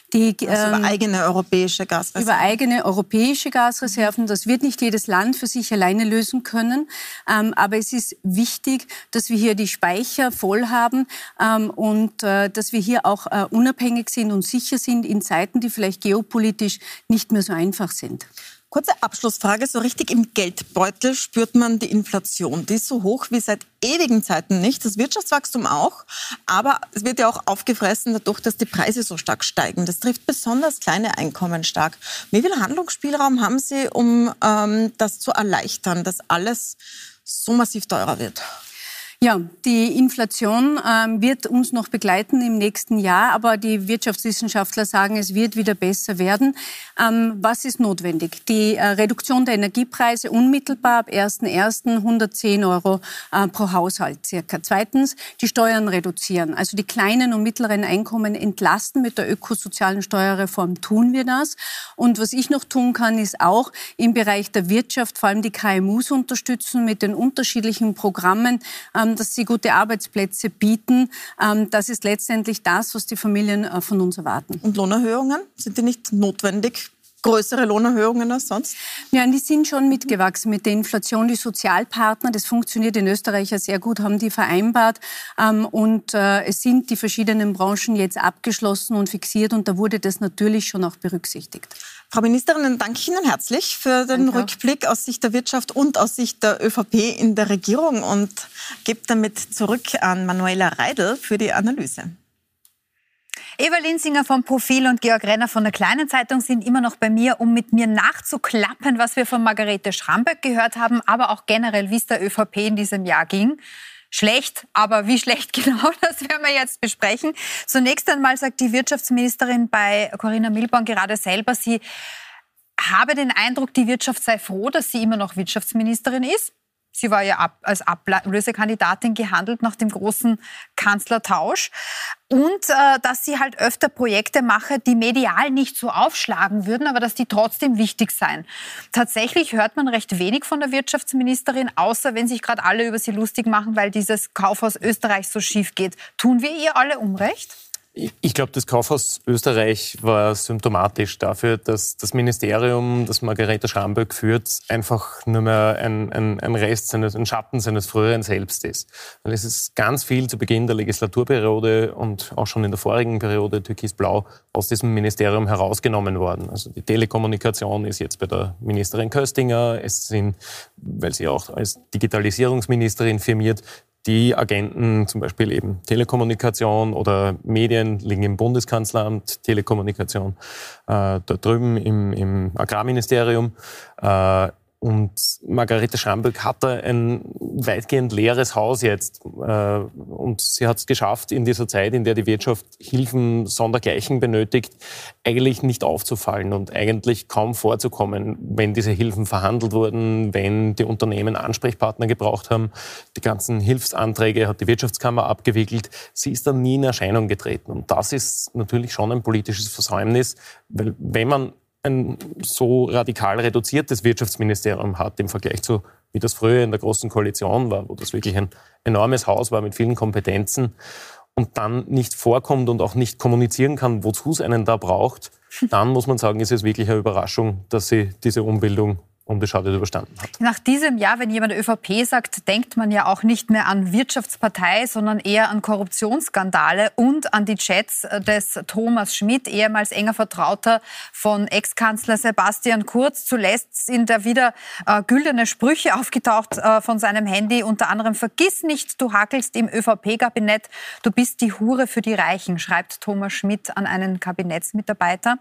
Über eigene europäische Gasreserven. Über eigene europäische Gasreserven. Das wird nicht jedes Land für sich alleine lösen können. Aber es ist wichtig, dass wir hier die Speicher voll haben und dass wir hier auch unabhängig sind und sicher sind in Zeiten, die vielleicht geopolitisch nicht mehr so einfach sind. Kurze Abschlussfrage. So richtig im Geldbeutel spürt man die Inflation. Die ist so hoch wie seit ewigen Zeiten nicht. Das Wirtschaftswachstum auch. Aber es wird ja auch aufgefressen dadurch, dass die Preise so stark steigen. Das trifft besonders kleine Einkommen stark. Wie viel Handlungsspielraum haben Sie, um das zu erleichtern, dass alles so massiv teurer wird? Ja, die Inflation wird uns noch begleiten im nächsten Jahr, aber die Wirtschaftswissenschaftler sagen, es wird wieder besser werden. Was ist notwendig? Die Reduktion der Energiepreise unmittelbar ab 1.1. 110 Euro pro Haushalt circa. Zweitens, die Steuern reduzieren, also die kleinen und mittleren Einkommen entlasten. Mit der ökosozialen Steuerreform tun wir das. Und was ich noch tun kann, ist auch im Bereich der Wirtschaft, vor allem die KMUs unterstützen mit den unterschiedlichen Programmen, dass sie gute Arbeitsplätze bieten. Das ist letztendlich das, was die Familien von uns erwarten. Und Lohnerhöhungen? Sind die nicht notwendig? Größere Lohnerhöhungen als sonst? Ja, die sind schon mitgewachsen mit der Inflation. Die Sozialpartner, das funktioniert in Österreich ja sehr gut, haben die vereinbart. Und es sind die verschiedenen Branchen jetzt abgeschlossen und fixiert. Und da wurde das natürlich schon auch berücksichtigt. Frau Ministerin, dann danke ich Ihnen herzlich für den Rückblick aus Sicht der Wirtschaft und aus Sicht der ÖVP in der Regierung und gebe damit zurück an Manuela Reidl für die Analyse. Eva Linsinger vom Profil und Georg Renner von der Kleinen Zeitung sind immer noch bei mir, um mit mir nachzuklappen, was wir von Margarete Schramböck gehört haben, aber auch generell, wie es der ÖVP in diesem Jahr ging. schlecht, aber wie schlecht genau, das werden wir jetzt besprechen. Zunächst einmal sagt die Wirtschaftsministerin bei Corinna Milborn gerade selber, sie habe den Eindruck, die Wirtschaft sei froh, dass sie immer noch Wirtschaftsministerin ist. Sie war ja als Ablösekandidatin gehandelt nach dem großen Kanzlertausch. Und dass sie halt öfter Projekte mache, die medial nicht so aufschlagen würden, aber dass die trotzdem wichtig seien. Tatsächlich hört man recht wenig von der Wirtschaftsministerin, außer wenn sich gerade alle über sie lustig machen, weil dieses Kaufhaus Österreich so schief geht. Tun wir ihr alle Unrecht? Ich glaube, das Kaufhaus Österreich war symptomatisch dafür, dass das Ministerium, das Margareta Schramböck führt, einfach nur mehr ein Rest ein Schatten seines früheren Selbst ist. Weil es ist ganz viel zu Beginn der Legislaturperiode und auch schon in der vorigen Periode Türkis-Blau aus diesem Ministerium herausgenommen worden. Also die Telekommunikation ist jetzt bei der Ministerin Köstinger. Es sind, weil sie auch als Digitalisierungsministerin firmiert, die Agenten, zum Beispiel eben Telekommunikation oder Medien, liegen im Bundeskanzleramt, Telekommunikation dort drüben im Agrarministerium. Und Margareta Schramböck hat da ein weitgehend leeres Haus jetzt. Und sie hat es geschafft, in dieser Zeit, in der die Wirtschaft Hilfen sondergleichen benötigt, eigentlich nicht aufzufallen und eigentlich kaum vorzukommen, wenn diese Hilfen verhandelt wurden, wenn die Unternehmen Ansprechpartner gebraucht haben. Die ganzen Hilfsanträge hat die Wirtschaftskammer abgewickelt. Sie ist dann nie in Erscheinung getreten. Und das ist natürlich schon ein politisches Versäumnis, weil wenn man ein so radikal reduziertes Wirtschaftsministerium hat im Vergleich zu, wie das früher in der Großen Koalition war, wo das wirklich ein enormes Haus war mit vielen Kompetenzen und dann nicht vorkommt und auch nicht kommunizieren kann, wozu es einen da braucht, dann muss man sagen, ist es wirklich eine Überraschung, dass sie diese Umbildung unbeschadet überstanden hat. Nach diesem Jahr, wenn jemand ÖVP sagt, denkt man ja auch nicht mehr an Wirtschaftspartei, sondern eher an Korruptionsskandale und an die Chats des Thomas Schmidt, ehemals enger Vertrauter von Ex-Kanzler Sebastian Kurz. Zuletzt sind da wieder güldene Sprüche aufgetaucht von seinem Handy, unter anderem: Vergiss nicht, du hakelst im ÖVP-Kabinett, du bist die Hure für die Reichen, schreibt Thomas Schmidt an einen Kabinettsmitarbeiter.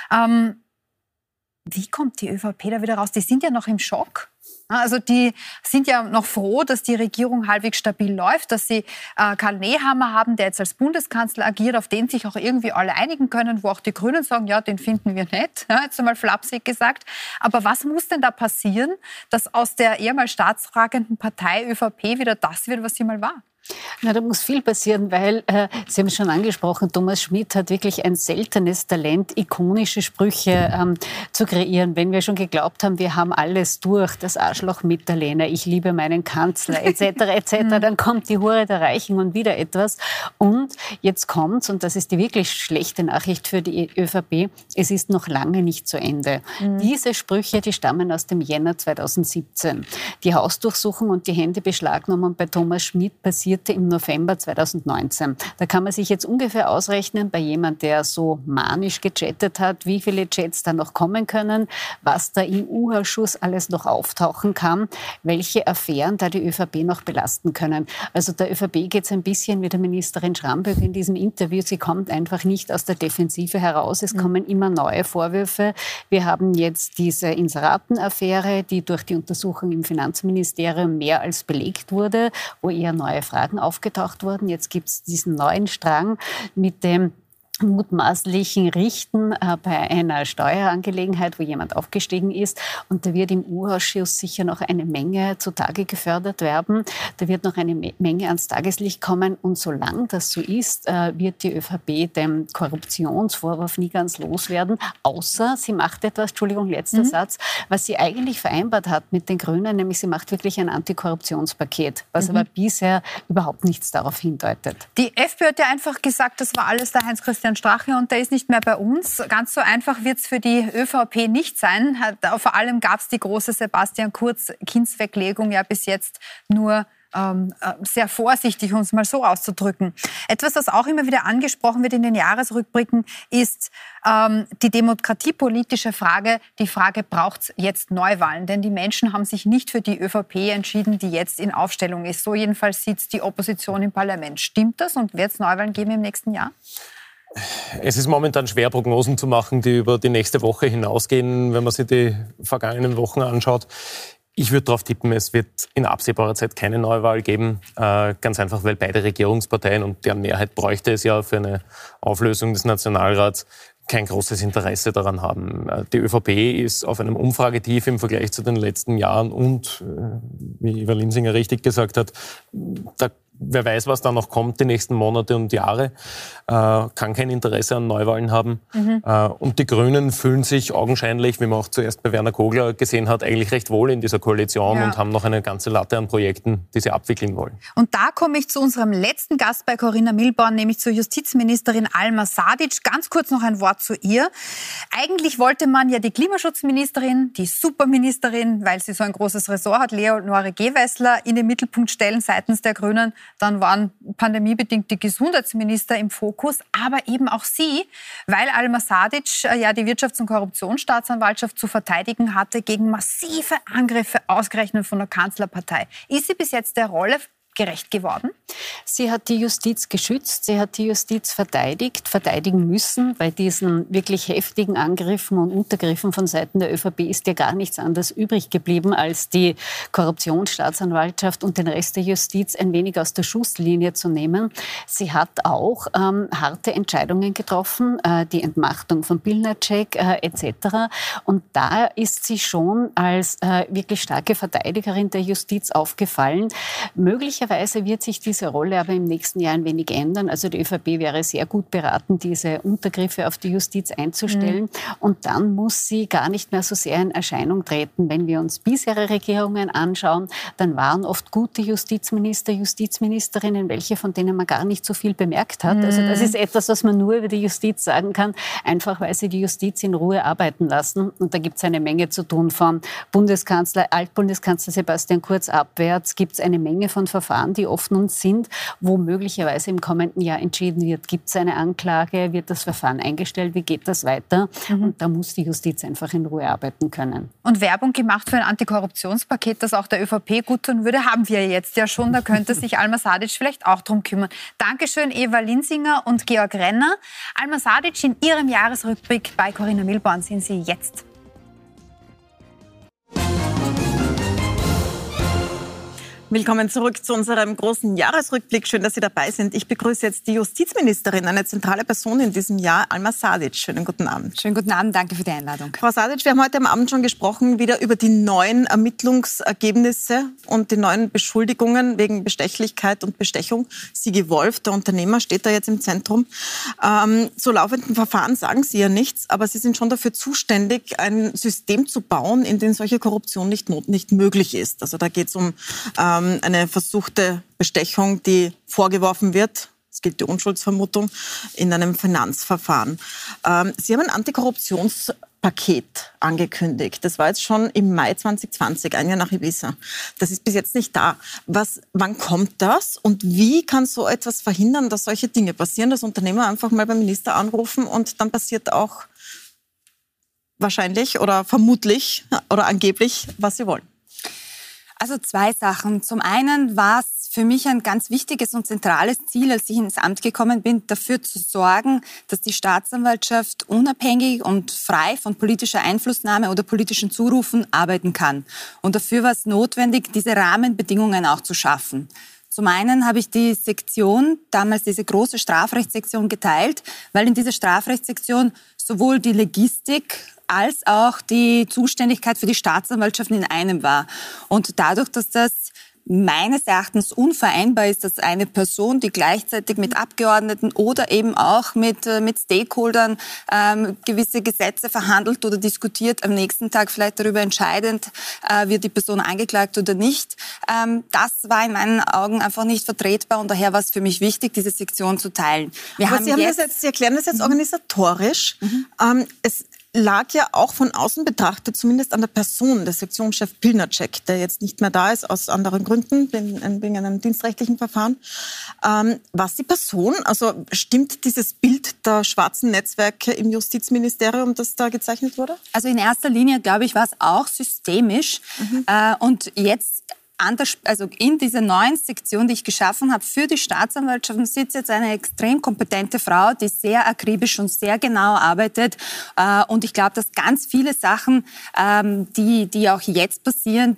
Wie kommt die ÖVP da wieder raus? Die sind ja noch im Schock. Also die sind ja noch froh, dass die Regierung halbwegs stabil läuft, dass sie Karl Nehammer haben, der jetzt als Bundeskanzler agiert, auf den sich auch irgendwie alle einigen können, wo auch die Grünen sagen, ja, den finden wir nett, ja, jetzt einmal flapsig gesagt. Aber was muss denn da passieren, dass aus der ehemals staatstragenden Partei ÖVP wieder das wird, was sie mal war? Na, da muss viel passieren, weil, Sie haben es schon angesprochen, Thomas Schmidt hat wirklich ein seltenes Talent, ikonische Sprüche zu kreieren. Wenn wir schon geglaubt haben, wir haben alles durch, das Arschloch Mitterlehner, ich liebe meinen Kanzler, etc., dann kommt die Hure der Reichen und wieder etwas. Und jetzt kommt's, und das ist die wirklich schlechte Nachricht für die ÖVP, es ist noch lange nicht zu Ende. Diese Sprüche, die stammen aus dem Jänner 2017. Die Hausdurchsuchung und die Händebeschlagnahmung bei Thomas Schmidt passiert im November 2019. Da kann man sich jetzt ungefähr ausrechnen, bei jemand, der so manisch gechattet hat, wie viele Chats da noch kommen können, was da im U-Ausschuss alles noch auftauchen kann, welche Affären da die ÖVP noch belasten können. Also der ÖVP geht es ein bisschen wie der Ministerin Schramböck in diesem Interview. Sie kommt einfach nicht aus der Defensive heraus. Es kommen immer neue Vorwürfe. Wir haben jetzt diese Inseratenaffäre, die durch die Untersuchung im Finanzministerium mehr als belegt wurde, wo eher neue Fragen aufgetaucht wurden. Jetzt gibt es diesen neuen Strang mit dem mutmaßlichen Richten bei einer Steuerangelegenheit, wo jemand aufgestiegen ist. Und da wird im U-Ausschuss sicher noch eine Menge zutage gefördert werden. Da wird noch eine Menge ans Tageslicht kommen. Und solange das so ist, wird die ÖVP dem Korruptionsvorwurf nie ganz loswerden. Außer sie macht etwas, Entschuldigung, letzter Satz, was sie eigentlich vereinbart hat mit den Grünen, nämlich sie macht wirklich ein Antikorruptionspaket, was aber bisher überhaupt nichts darauf hindeutet. Die FPÖ hat ja einfach gesagt, das war alles der Heinz-Christian Strache und der ist nicht mehr bei uns. Ganz so einfach wird es für die ÖVP nicht sein. Vor allem gab es die große Sebastian Kurz-Kindsweglegung ja bis jetzt nur sehr vorsichtig, um es mal so auszudrücken. Etwas, was auch immer wieder angesprochen wird in den Jahresrückblicken, ist die demokratiepolitische Frage. Die Frage, braucht es jetzt Neuwahlen? Denn die Menschen haben sich nicht für die ÖVP entschieden, die jetzt in Aufstellung ist. So jedenfalls sieht die Opposition im Parlament. Stimmt das und wird es Neuwahlen geben im nächsten Jahr? Es ist momentan schwer, Prognosen zu machen, die über die nächste Woche hinausgehen, wenn man sich die vergangenen Wochen anschaut. Ich würde darauf tippen, es wird in absehbarer Zeit keine Neuwahl geben. Ganz einfach, weil beide Regierungsparteien und deren Mehrheit bräuchte es ja für eine Auflösung des Nationalrats kein großes Interesse daran haben. Die ÖVP ist auf einem Umfragetief im Vergleich zu den letzten Jahren und, wie Eva Linsinger richtig gesagt hat, wer weiß, was da noch kommt die nächsten Monate und Jahre, kann kein Interesse an Neuwahlen haben. Und die Grünen fühlen sich augenscheinlich, wie man auch zuerst bei Werner Kogler gesehen hat, eigentlich recht wohl in dieser Koalition und haben noch eine ganze Latte an Projekten, die sie abwickeln wollen. Und da komme ich zu unserem letzten Gast bei Corinna Milborn, nämlich zur Justizministerin Alma Sadic. Ganz kurz noch ein Wort zu ihr. Eigentlich wollte man ja die Klimaschutzministerin, die Superministerin, weil sie so ein großes Ressort hat, Leonore Gewessler, in den Mittelpunkt stellen seitens der Grünen. Dann waren pandemiebedingt die Gesundheitsminister im Fokus, aber eben auch sie, weil Alma Sadic ja die Wirtschafts- und Korruptionsstaatsanwaltschaft zu verteidigen hatte gegen massive Angriffe ausgerechnet von der Kanzlerpartei. Ist sie bis jetzt der Rolle gerecht geworden? Sie hat die Justiz geschützt, sie hat die Justiz verteidigen müssen. Bei diesen wirklich heftigen Angriffen und Untergriffen von Seiten der ÖVP ist ja gar nichts anderes übrig geblieben, als die Korruptionsstaatsanwaltschaft und den Rest der Justiz ein wenig aus der Schusslinie zu nehmen. Sie hat auch harte Entscheidungen getroffen, die Entmachtung von Pilnacek etc. Und da ist sie schon als wirklich starke Verteidigerin der Justiz aufgefallen. Möglicherweise wird sich diese Rolle aber im nächsten Jahr ein wenig ändern. Also die ÖVP wäre sehr gut beraten, diese Untergriffe auf die Justiz einzustellen. Und dann muss sie gar nicht mehr so sehr in Erscheinung treten. Wenn wir uns bisherige Regierungen anschauen, dann waren oft gute Justizminister, Justizministerinnen, welche von denen man gar nicht so viel bemerkt hat. Also das ist etwas, was man nur über die Justiz sagen kann, einfach weil sie die Justiz in Ruhe arbeiten lassen. Und da gibt es eine Menge zu tun. Vom Altbundeskanzler Sebastian Kurz abwärts gibt es eine Menge von Verfahren, die offen sind, wo möglicherweise im kommenden Jahr entschieden wird, gibt es eine Anklage, wird das Verfahren eingestellt, wie geht das weiter? Und da muss die Justiz einfach in Ruhe arbeiten können. Und Werbung gemacht für ein Antikorruptionspaket, das auch der ÖVP gut tun würde, haben wir jetzt ja schon. Da könnte sich Alma Sadic vielleicht auch drum kümmern. Dankeschön, Eva Linsinger und Georg Renner. Alma Sadic, in Ihrem Jahresrückblick bei Corinna Milborn sind Sie jetzt. Willkommen zurück zu unserem großen Jahresrückblick. Schön, dass Sie dabei sind. Ich begrüße jetzt die Justizministerin, eine zentrale Person in diesem Jahr, Alma Sadic. Schönen guten Abend. Schönen guten Abend, danke für die Einladung. Frau Sadic, wir haben heute am Abend schon gesprochen, wieder über die neuen Ermittlungsergebnisse und die neuen Beschuldigungen wegen Bestechlichkeit und Bestechung. Sigi Wolf, der Unternehmer, steht da jetzt im Zentrum. Zu laufenden Verfahren sagen Sie ja nichts, aber Sie sind schon dafür zuständig, ein System zu bauen, in dem solche Korruption nicht möglich ist. Also da geht es um eine versuchte Bestechung, die vorgeworfen wird, es gilt die Unschuldsvermutung, in einem Finanzverfahren. Sie haben ein Antikorruptionspaket angekündigt. Das war jetzt schon im Mai 2020, ein Jahr nach Ibiza. Das ist bis jetzt nicht da. Wann kommt das und wie kann so etwas verhindern, dass solche Dinge passieren, dass Unternehmer einfach mal beim Minister anrufen und dann passiert auch wahrscheinlich oder vermutlich oder angeblich, was sie wollen? Also zwei Sachen. Zum einen war es für mich ein ganz wichtiges und zentrales Ziel, als ich ins Amt gekommen bin, dafür zu sorgen, dass die Staatsanwaltschaft unabhängig und frei von politischer Einflussnahme oder politischen Zurufen arbeiten kann. Und dafür war es notwendig, diese Rahmenbedingungen auch zu schaffen. Zum einen habe ich die Sektion, damals diese große Strafrechtssektion, geteilt, weil in dieser Strafrechtssektion sowohl die Logistik als auch die Zuständigkeit für die Staatsanwaltschaften in einem war. Und dadurch, dass das meines Erachtens unvereinbar ist, dass eine Person, die gleichzeitig mit Abgeordneten oder eben auch mit Stakeholdern gewisse Gesetze verhandelt oder diskutiert, am nächsten Tag vielleicht darüber entscheidend, wird die Person angeklagt oder nicht. Das war in meinen Augen einfach nicht vertretbar und daher war es für mich wichtig, diese Sektion zu teilen. Sie erklären das jetzt organisatorisch. Es lag ja auch von außen betrachtet, zumindest an der Person des Sektionschefs Pilnacek, der jetzt nicht mehr da ist, aus anderen Gründen, wegen einem dienstrechtlichen Verfahren. Was die Person, also stimmt dieses Bild der schwarzen Netzwerke im Justizministerium, das da gezeichnet wurde? Also in erster Linie, glaube ich, war es auch systemisch. Und jetzt in dieser neuen Sektion, die ich geschaffen habe für die Staatsanwaltschaft, sitzt jetzt eine extrem kompetente Frau, die sehr akribisch und sehr genau arbeitet. Und ich glaube, dass ganz viele Sachen, die auch jetzt passieren,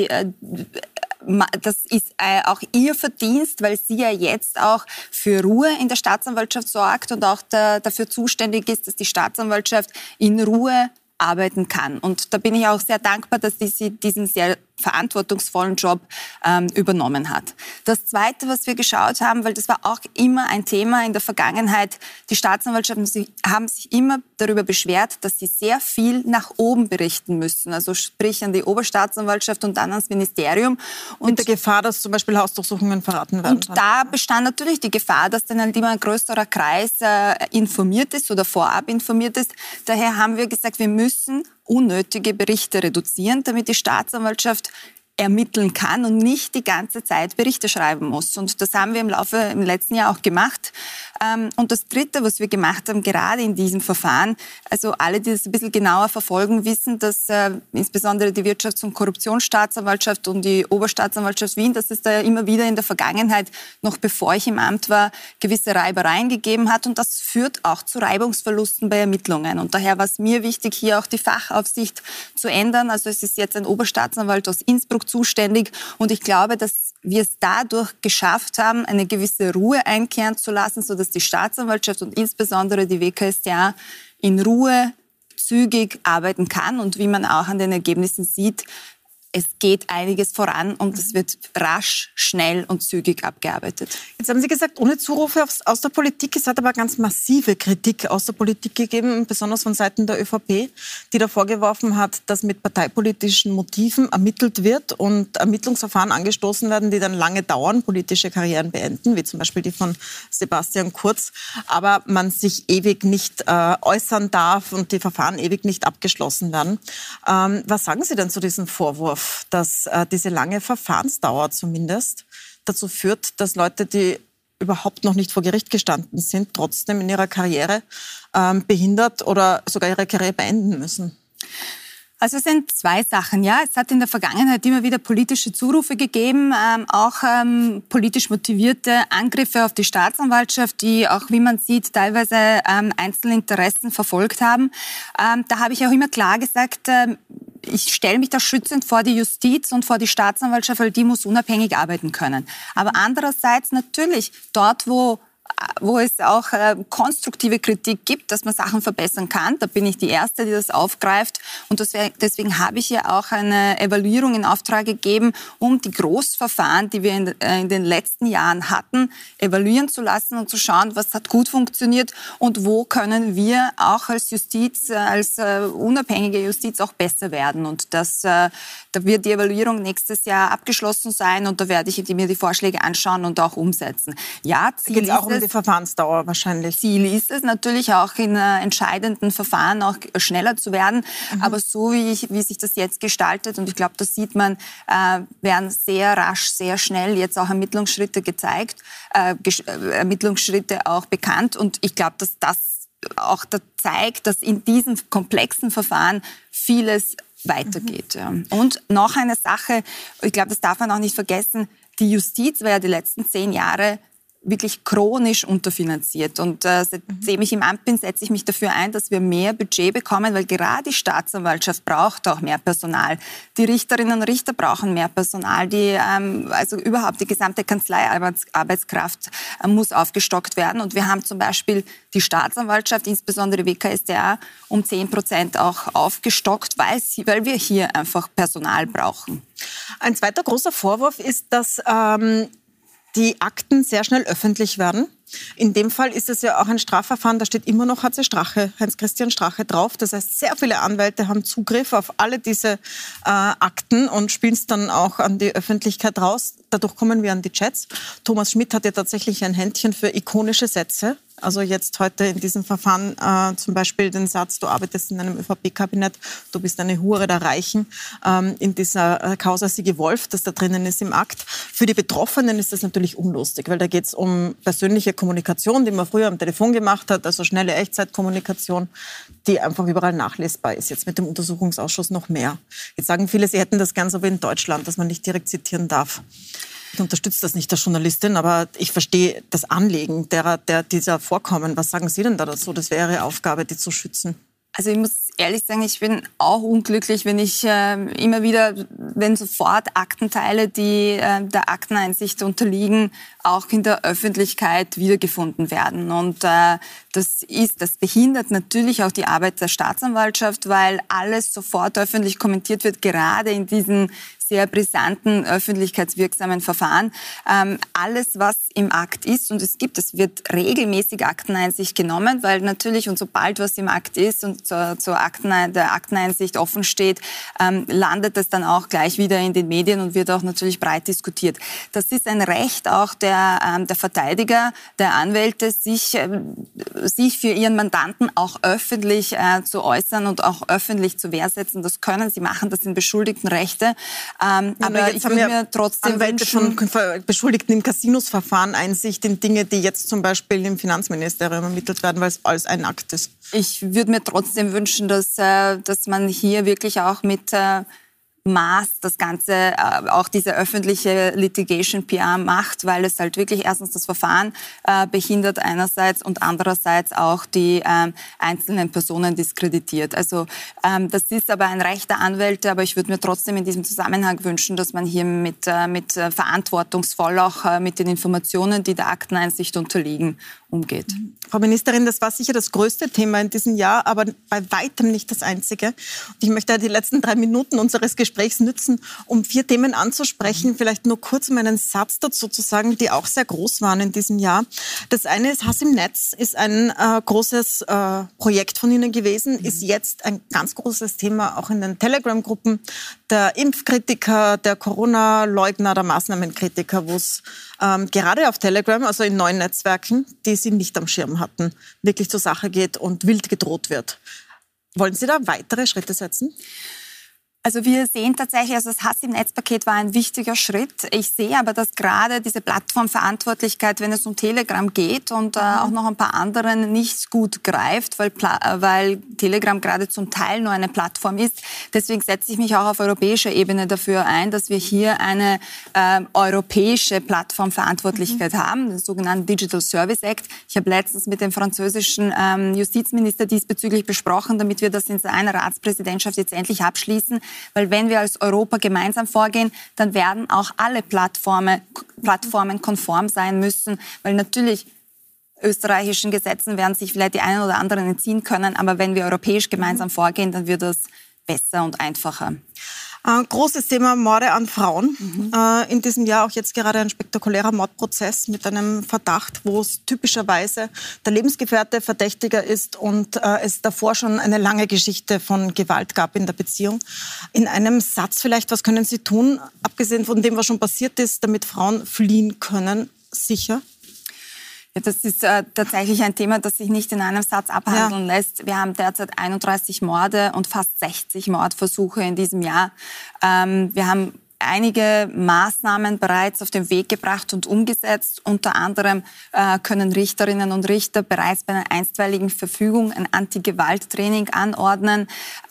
das ist auch ihr Verdienst, weil sie ja jetzt auch für Ruhe in der Staatsanwaltschaft sorgt und auch dafür zuständig ist, dass die Staatsanwaltschaft in Ruhe arbeiten kann. Und da bin ich auch sehr dankbar, dass sie diesen sehr verantwortungsvollen Job übernommen hat. Das Zweite, was wir geschaut haben, weil das war auch immer ein Thema in der Vergangenheit, die Staatsanwaltschaften haben sich immer darüber beschwert, dass sie sehr viel nach oben berichten müssen, also sprich an die Oberstaatsanwaltschaft und dann ans Ministerium. Und mit der Gefahr, dass zum Beispiel Hausdurchsuchungen verraten werden. Und da bestand natürlich die Gefahr, dass dann halt immer ein größerer Kreis informiert ist oder vorab informiert ist. Daher haben wir gesagt, wir müssen unnötige Berichte reduzieren, damit die Staatsanwaltschaft ermitteln kann und nicht die ganze Zeit Berichte schreiben muss. Und das haben wir im letzten Jahr auch gemacht. Und das Dritte, was wir gemacht haben, gerade in diesem Verfahren, also alle, die das ein bisschen genauer verfolgen, wissen, dass insbesondere die Wirtschafts- und Korruptionsstaatsanwaltschaft und die Oberstaatsanwaltschaft Wien, dass es da immer wieder in der Vergangenheit, noch bevor ich im Amt war, gewisse Reibereien gegeben hat. Und das führt auch zu Reibungsverlusten bei Ermittlungen. Und daher war es mir wichtig, hier auch die Fachaufsicht zu ändern. Also es ist jetzt ein Oberstaatsanwalt aus Innsbruck zuständig. Und ich glaube, dass wir es dadurch geschafft haben, eine gewisse Ruhe einkehren zu lassen, sodass die Staatsanwaltschaft und insbesondere die WKStA in Ruhe zügig arbeiten kann. Und wie man auch an den Ergebnissen sieht, es geht einiges voran und es wird rasch, schnell und zügig abgearbeitet. Jetzt haben Sie gesagt, ohne Zurufe aus der Politik. Es hat aber ganz massive Kritik aus der Politik gegeben, besonders von Seiten der ÖVP, die da vorgeworfen hat, dass mit parteipolitischen Motiven ermittelt wird und Ermittlungsverfahren angestoßen werden, die dann lange dauern, politische Karrieren beenden, wie zum Beispiel die von Sebastian Kurz, aber man sich ewig nicht äußern darf und die Verfahren ewig nicht abgeschlossen werden. Was sagen Sie denn zu diesem Vorwurf, dass diese lange Verfahrensdauer zumindest dazu führt, dass Leute, die überhaupt noch nicht vor Gericht gestanden sind, trotzdem in ihrer Karriere behindert oder sogar ihre Karriere beenden müssen? Also es sind zwei Sachen. Ja, es hat in der Vergangenheit immer wieder politische Zurufe gegeben, auch politisch motivierte Angriffe auf die Staatsanwaltschaft, die auch, wie man sieht, teilweise einzelne Interessen verfolgt haben. Da habe ich auch immer klar gesagt, ich stelle mich da schützend vor die Justiz und vor die Staatsanwaltschaft, weil die muss unabhängig arbeiten können. Aber andererseits natürlich dort, wo es auch konstruktive Kritik gibt, dass man Sachen verbessern kann. Da bin ich die Erste, die das aufgreift. Und deswegen habe ich ja auch eine Evaluierung in Auftrag gegeben, um die Großverfahren, die wir in den letzten Jahren hatten, evaluieren zu lassen und zu schauen, was hat gut funktioniert und wo können wir auch als Justiz, als unabhängige Justiz auch besser werden. Und da wird die Evaluierung nächstes Jahr abgeschlossen sein und da werde ich mir die Vorschläge anschauen und auch umsetzen. Ja, Ziel ist die Verfahrensdauer wahrscheinlich. Ziel ist es natürlich auch in entscheidenden Verfahren auch schneller zu werden. Aber so wie sich das jetzt gestaltet, und ich glaube, das sieht man, werden sehr rasch, sehr schnell jetzt auch Ermittlungsschritte gezeigt, Ermittlungsschritte auch bekannt. Und ich glaube, dass das auch zeigt, dass in diesem komplexen Verfahren vieles weitergeht. Ja. Und noch eine Sache, ich glaube, das darf man auch nicht vergessen, die Justiz war ja die letzten 10 Jahre wirklich chronisch unterfinanziert. Und seitdem ich im Amt bin, setze ich mich dafür ein, dass wir mehr Budget bekommen, weil gerade die Staatsanwaltschaft braucht auch mehr Personal. Die Richterinnen und Richter brauchen mehr Personal. Also überhaupt die gesamte Kanzleiarbeitskraft muss aufgestockt werden. Und wir haben zum Beispiel die Staatsanwaltschaft, insbesondere WKStA, um 10% auch aufgestockt, weil wir hier einfach Personal brauchen. Ein zweiter großer Vorwurf ist, dass die Akten sehr schnell öffentlich werden. In dem Fall ist es ja auch ein Strafverfahren, da steht immer noch HC Strache, Heinz-Christian Strache drauf. Das heißt, sehr viele Anwälte haben Zugriff auf alle diese Akten und spielen es dann auch an die Öffentlichkeit raus. Dadurch kommen wir an die Chats. Thomas Schmidt hat ja tatsächlich ein Händchen für ikonische Sätze. Also jetzt heute in diesem Verfahren zum Beispiel den Satz, du arbeitest in einem ÖVP-Kabinett, du bist eine Hure der Reichen, in dieser Causa Sigi Wolf, das da drinnen ist im Akt. Für die Betroffenen ist das natürlich unlustig, weil da geht es um persönliche Kommunikation, die man früher am Telefon gemacht hat, also schnelle Echtzeitkommunikation, die einfach überall nachlesbar ist. Jetzt mit dem Untersuchungsausschuss noch mehr. Jetzt sagen viele, sie hätten das gern so wie in Deutschland, dass man nicht direkt zitieren darf. Ich unterstütze das nicht als Journalistin, aber ich verstehe das Anliegen dieser Vorkommen. Was sagen Sie denn da dazu? Das wäre Ihre Aufgabe, die zu schützen. Also ich muss ehrlich sagen, ich bin auch unglücklich, wenn ich immer wieder, wenn sofort Aktenteile, die der Akteneinsicht unterliegen, auch in der Öffentlichkeit wiedergefunden werden. Und das behindert natürlich auch die Arbeit der Staatsanwaltschaft, weil alles sofort öffentlich kommentiert wird, gerade in diesen sehr brisanten, öffentlichkeitswirksamen Verfahren. Alles, was im Akt ist, und es wird regelmäßig Akteneinsicht genommen, weil natürlich, und sobald was im Akt ist und der Akteneinsicht offen steht, landet es dann auch gleich wieder in den Medien und wird auch natürlich breit diskutiert. Das ist ein Recht auch der Verteidiger, der Anwälte, sich für ihren Mandanten auch öffentlich zu äußern und auch öffentlich zu wehrsetzen. Das können sie machen, das sind Beschuldigtenrechte. Aber ich würde mir trotzdem Anwälte von Beschuldigten im Casinos-Verfahren Einsicht in Dinge, die jetzt zum Beispiel im Finanzministerium ermittelt werden, weil es alles ein Akt ist. Ich würde mir trotzdem wünschen, dass man hier wirklich auch mit Maß das Ganze, auch diese öffentliche Litigation-PR macht, weil es halt wirklich erstens das Verfahren behindert einerseits und andererseits auch die einzelnen Personen diskreditiert. Also das ist aber ein Recht der Anwälte, aber ich würde mir trotzdem in diesem Zusammenhang wünschen, dass man hier mit verantwortungsvoll auch mit den Informationen, die der Akteneinsicht unterliegen, umgeht. Frau Ministerin, das war sicher das größte Thema in diesem Jahr, aber bei weitem nicht das einzige. Und ich möchte die letzten 3 Minuten unseres Gesprächs nutzen, um 4 Themen anzusprechen. Vielleicht nur kurz um einen Satz dazu zu sagen, die auch sehr groß waren in diesem Jahr. Das eine ist, Hass im Netz ist ein großes Projekt von Ihnen gewesen, ist jetzt ein ganz großes Thema auch in den Telegram-Gruppen der Impfkritiker, der Corona-Leugner, der Maßnahmenkritiker, wo es gerade auf Telegram, also in neuen Netzwerken, die Sie nicht am Schirm hatten, wirklich zur Sache geht und wild gedroht wird. Wollen Sie da weitere Schritte setzen? Also wir sehen tatsächlich, also das Hass im Netz-Paket war ein wichtiger Schritt. Ich sehe aber, dass gerade diese Plattformverantwortlichkeit, wenn es um Telegram geht und auch noch ein paar anderen, nicht gut greift, weil Telegram gerade zum Teil nur eine Plattform ist. Deswegen setze ich mich auch auf europäischer Ebene dafür ein, dass wir hier eine europäische Plattformverantwortlichkeit haben, den sogenannten Digital Service Act. Ich habe letztens mit dem französischen Justizminister diesbezüglich besprochen, damit wir das in seiner Ratspräsidentschaft jetzt endlich abschließen. Weil wenn wir als Europa gemeinsam vorgehen, dann werden auch alle Plattformen konform sein müssen. Weil natürlich österreichischen Gesetzen werden sich vielleicht die einen oder anderen entziehen können. Aber wenn wir europäisch gemeinsam vorgehen, dann wird das besser und einfacher. Großes Thema Morde an Frauen. In diesem Jahr auch jetzt gerade ein spektakulärer Mordprozess mit einem Verdacht, wo es typischerweise der Lebensgefährte Verdächtiger ist und es davor schon eine lange Geschichte von Gewalt gab in der Beziehung. In einem Satz vielleicht, was können Sie tun, abgesehen von dem, was schon passiert ist, damit Frauen fliehen können, sicher? Ja, das ist tatsächlich ein Thema, das sich nicht in einem Satz abhandeln lässt. Wir haben derzeit 31 Morde und fast 60 Mordversuche in diesem Jahr. Wir haben einige Maßnahmen bereits auf den Weg gebracht und umgesetzt. Unter anderem können Richterinnen und Richter bereits bei einer einstweiligen Verfügung ein Anti-Gewalt-Training anordnen.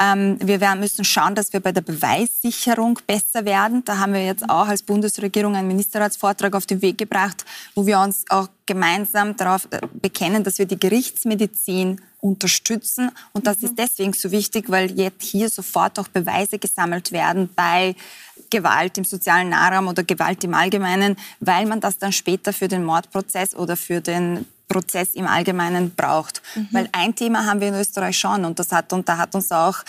Wir müssen schauen, dass wir bei der Beweissicherung besser werden. Da haben wir jetzt auch als Bundesregierung einen Ministerratsvortrag auf den Weg gebracht, wo wir uns auch gemeinsam darauf bekennen, dass wir die Gerichtsmedizin unterstützen. Und das ist deswegen so wichtig, weil jetzt hier sofort auch Beweise gesammelt werden bei Gewalt im sozialen Nahraum oder Gewalt im Allgemeinen, weil man das dann später für den Mordprozess oder für den Prozess im Allgemeinen braucht. Weil ein Thema haben wir in Österreich schon und da hat uns auch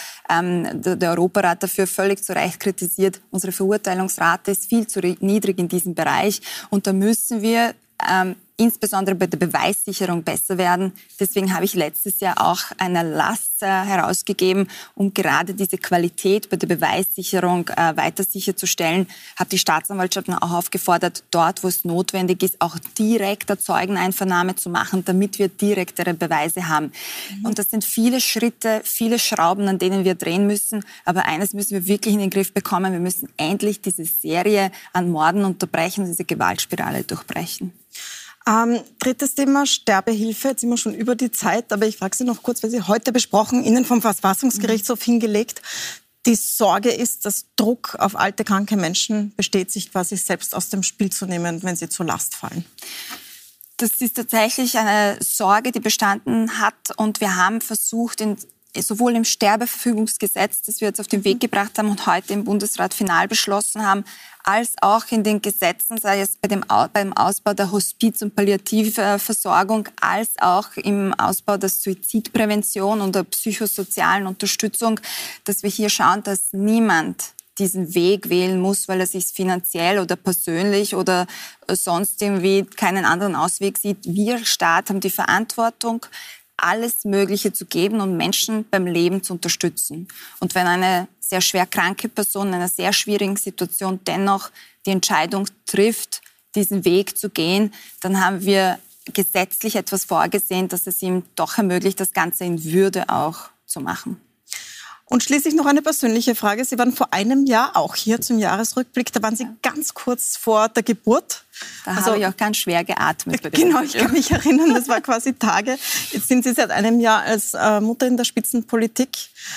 der Europarat dafür völlig zu Recht kritisiert. Unsere Verurteilungsrate ist viel zu niedrig in diesem Bereich und da müssen wir insbesondere bei der Beweissicherung besser werden. Deswegen habe ich letztes Jahr auch einen Erlass herausgegeben, um gerade diese Qualität bei der Beweissicherung weiter sicherzustellen. Habe die Staatsanwaltschaften auch aufgefordert, dort, wo es notwendig ist, auch direkte Zeugeneinvernahme zu machen, damit wir direktere Beweise haben. Und das sind viele Schritte, viele Schrauben, an denen wir drehen müssen. Aber eines müssen wir wirklich in den Griff bekommen. Wir müssen endlich diese Serie an Morden unterbrechen und diese Gewaltspirale durchbrechen. Drittes Thema, Sterbehilfe. Jetzt sind wir schon über die Zeit, aber ich frage Sie noch kurz, weil Sie heute besprochen, Ihnen vom Verfassungsgerichtshof hingelegt. Die Sorge ist, dass Druck auf alte, kranke Menschen besteht, sich quasi selbst aus dem Spiel zu nehmen, wenn sie zur Last fallen. Das ist tatsächlich eine Sorge, die bestanden hat. Und wir haben versucht, sowohl im Sterbeverfügungsgesetz, das wir jetzt auf den Weg gebracht haben und heute im Bundesrat final beschlossen haben, als auch in den Gesetzen, sei es beim Ausbau der Hospiz- und Palliativversorgung, als auch im Ausbau der Suizidprävention und der psychosozialen Unterstützung, dass wir hier schauen, dass niemand diesen Weg wählen muss, weil er sich finanziell oder persönlich oder sonst irgendwie keinen anderen Ausweg sieht. Wir Staat haben die Verantwortung, alles Mögliche zu geben und Menschen beim Leben zu unterstützen. Und wenn eine sehr schwer kranke Person in einer sehr schwierigen Situation dennoch die Entscheidung trifft, diesen Weg zu gehen, dann haben wir gesetzlich etwas vorgesehen, dass es ihm doch ermöglicht, das Ganze in Würde auch zu machen. Und schließlich noch eine persönliche Frage. Sie waren vor einem Jahr auch hier zum Jahresrückblick. Da waren Sie ganz kurz vor der Geburt. Da habe ich auch ganz schwer geatmet. Genau, ich kann mich erinnern, das war quasi Tage. Jetzt sind Sie seit einem Jahr als Mutter in der Spitzenpolitik.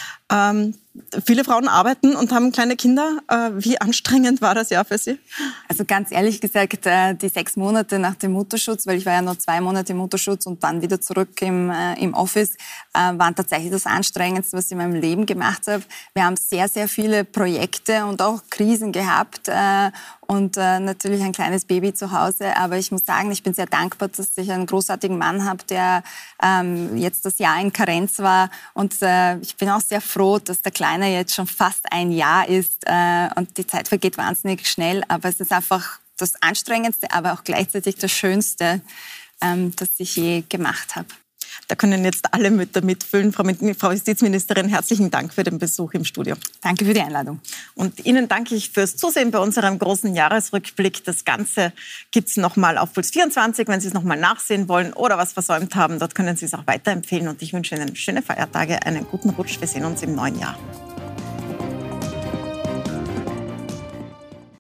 Viele Frauen arbeiten und haben kleine Kinder. Wie anstrengend war das Jahr für Sie? Also ganz ehrlich gesagt, die 6 Monate nach dem Mutterschutz, weil ich war ja noch 2 Monate im Mutterschutz und dann wieder zurück im Office, waren tatsächlich das Anstrengendste, was ich in meinem Leben gemacht habe. Wir haben sehr, sehr viele Projekte und auch Krisen gehabt und natürlich ein kleines Baby zu Hause. Aber ich muss sagen, ich bin sehr dankbar, dass ich einen großartigen Mann habe, der jetzt das Jahr in Karenz war. Und ich bin auch sehr froh, dass der Kleine jetzt schon fast ein Jahr ist. Und die Zeit vergeht wahnsinnig schnell. Aber es ist einfach das Anstrengendste, aber auch gleichzeitig das Schönste, das ich je gemacht habe. Da können jetzt alle Mütter mitfühlen. Frau Justizministerin, herzlichen Dank für den Besuch im Studio. Danke für die Einladung. Und Ihnen danke ich fürs Zusehen bei unserem großen Jahresrückblick. Das Ganze gibt es nochmal auf Puls 24, wenn Sie es nochmal nachsehen wollen oder was versäumt haben. Dort können Sie es auch weiterempfehlen. Und ich wünsche Ihnen schöne Feiertage, einen guten Rutsch. Wir sehen uns im neuen Jahr.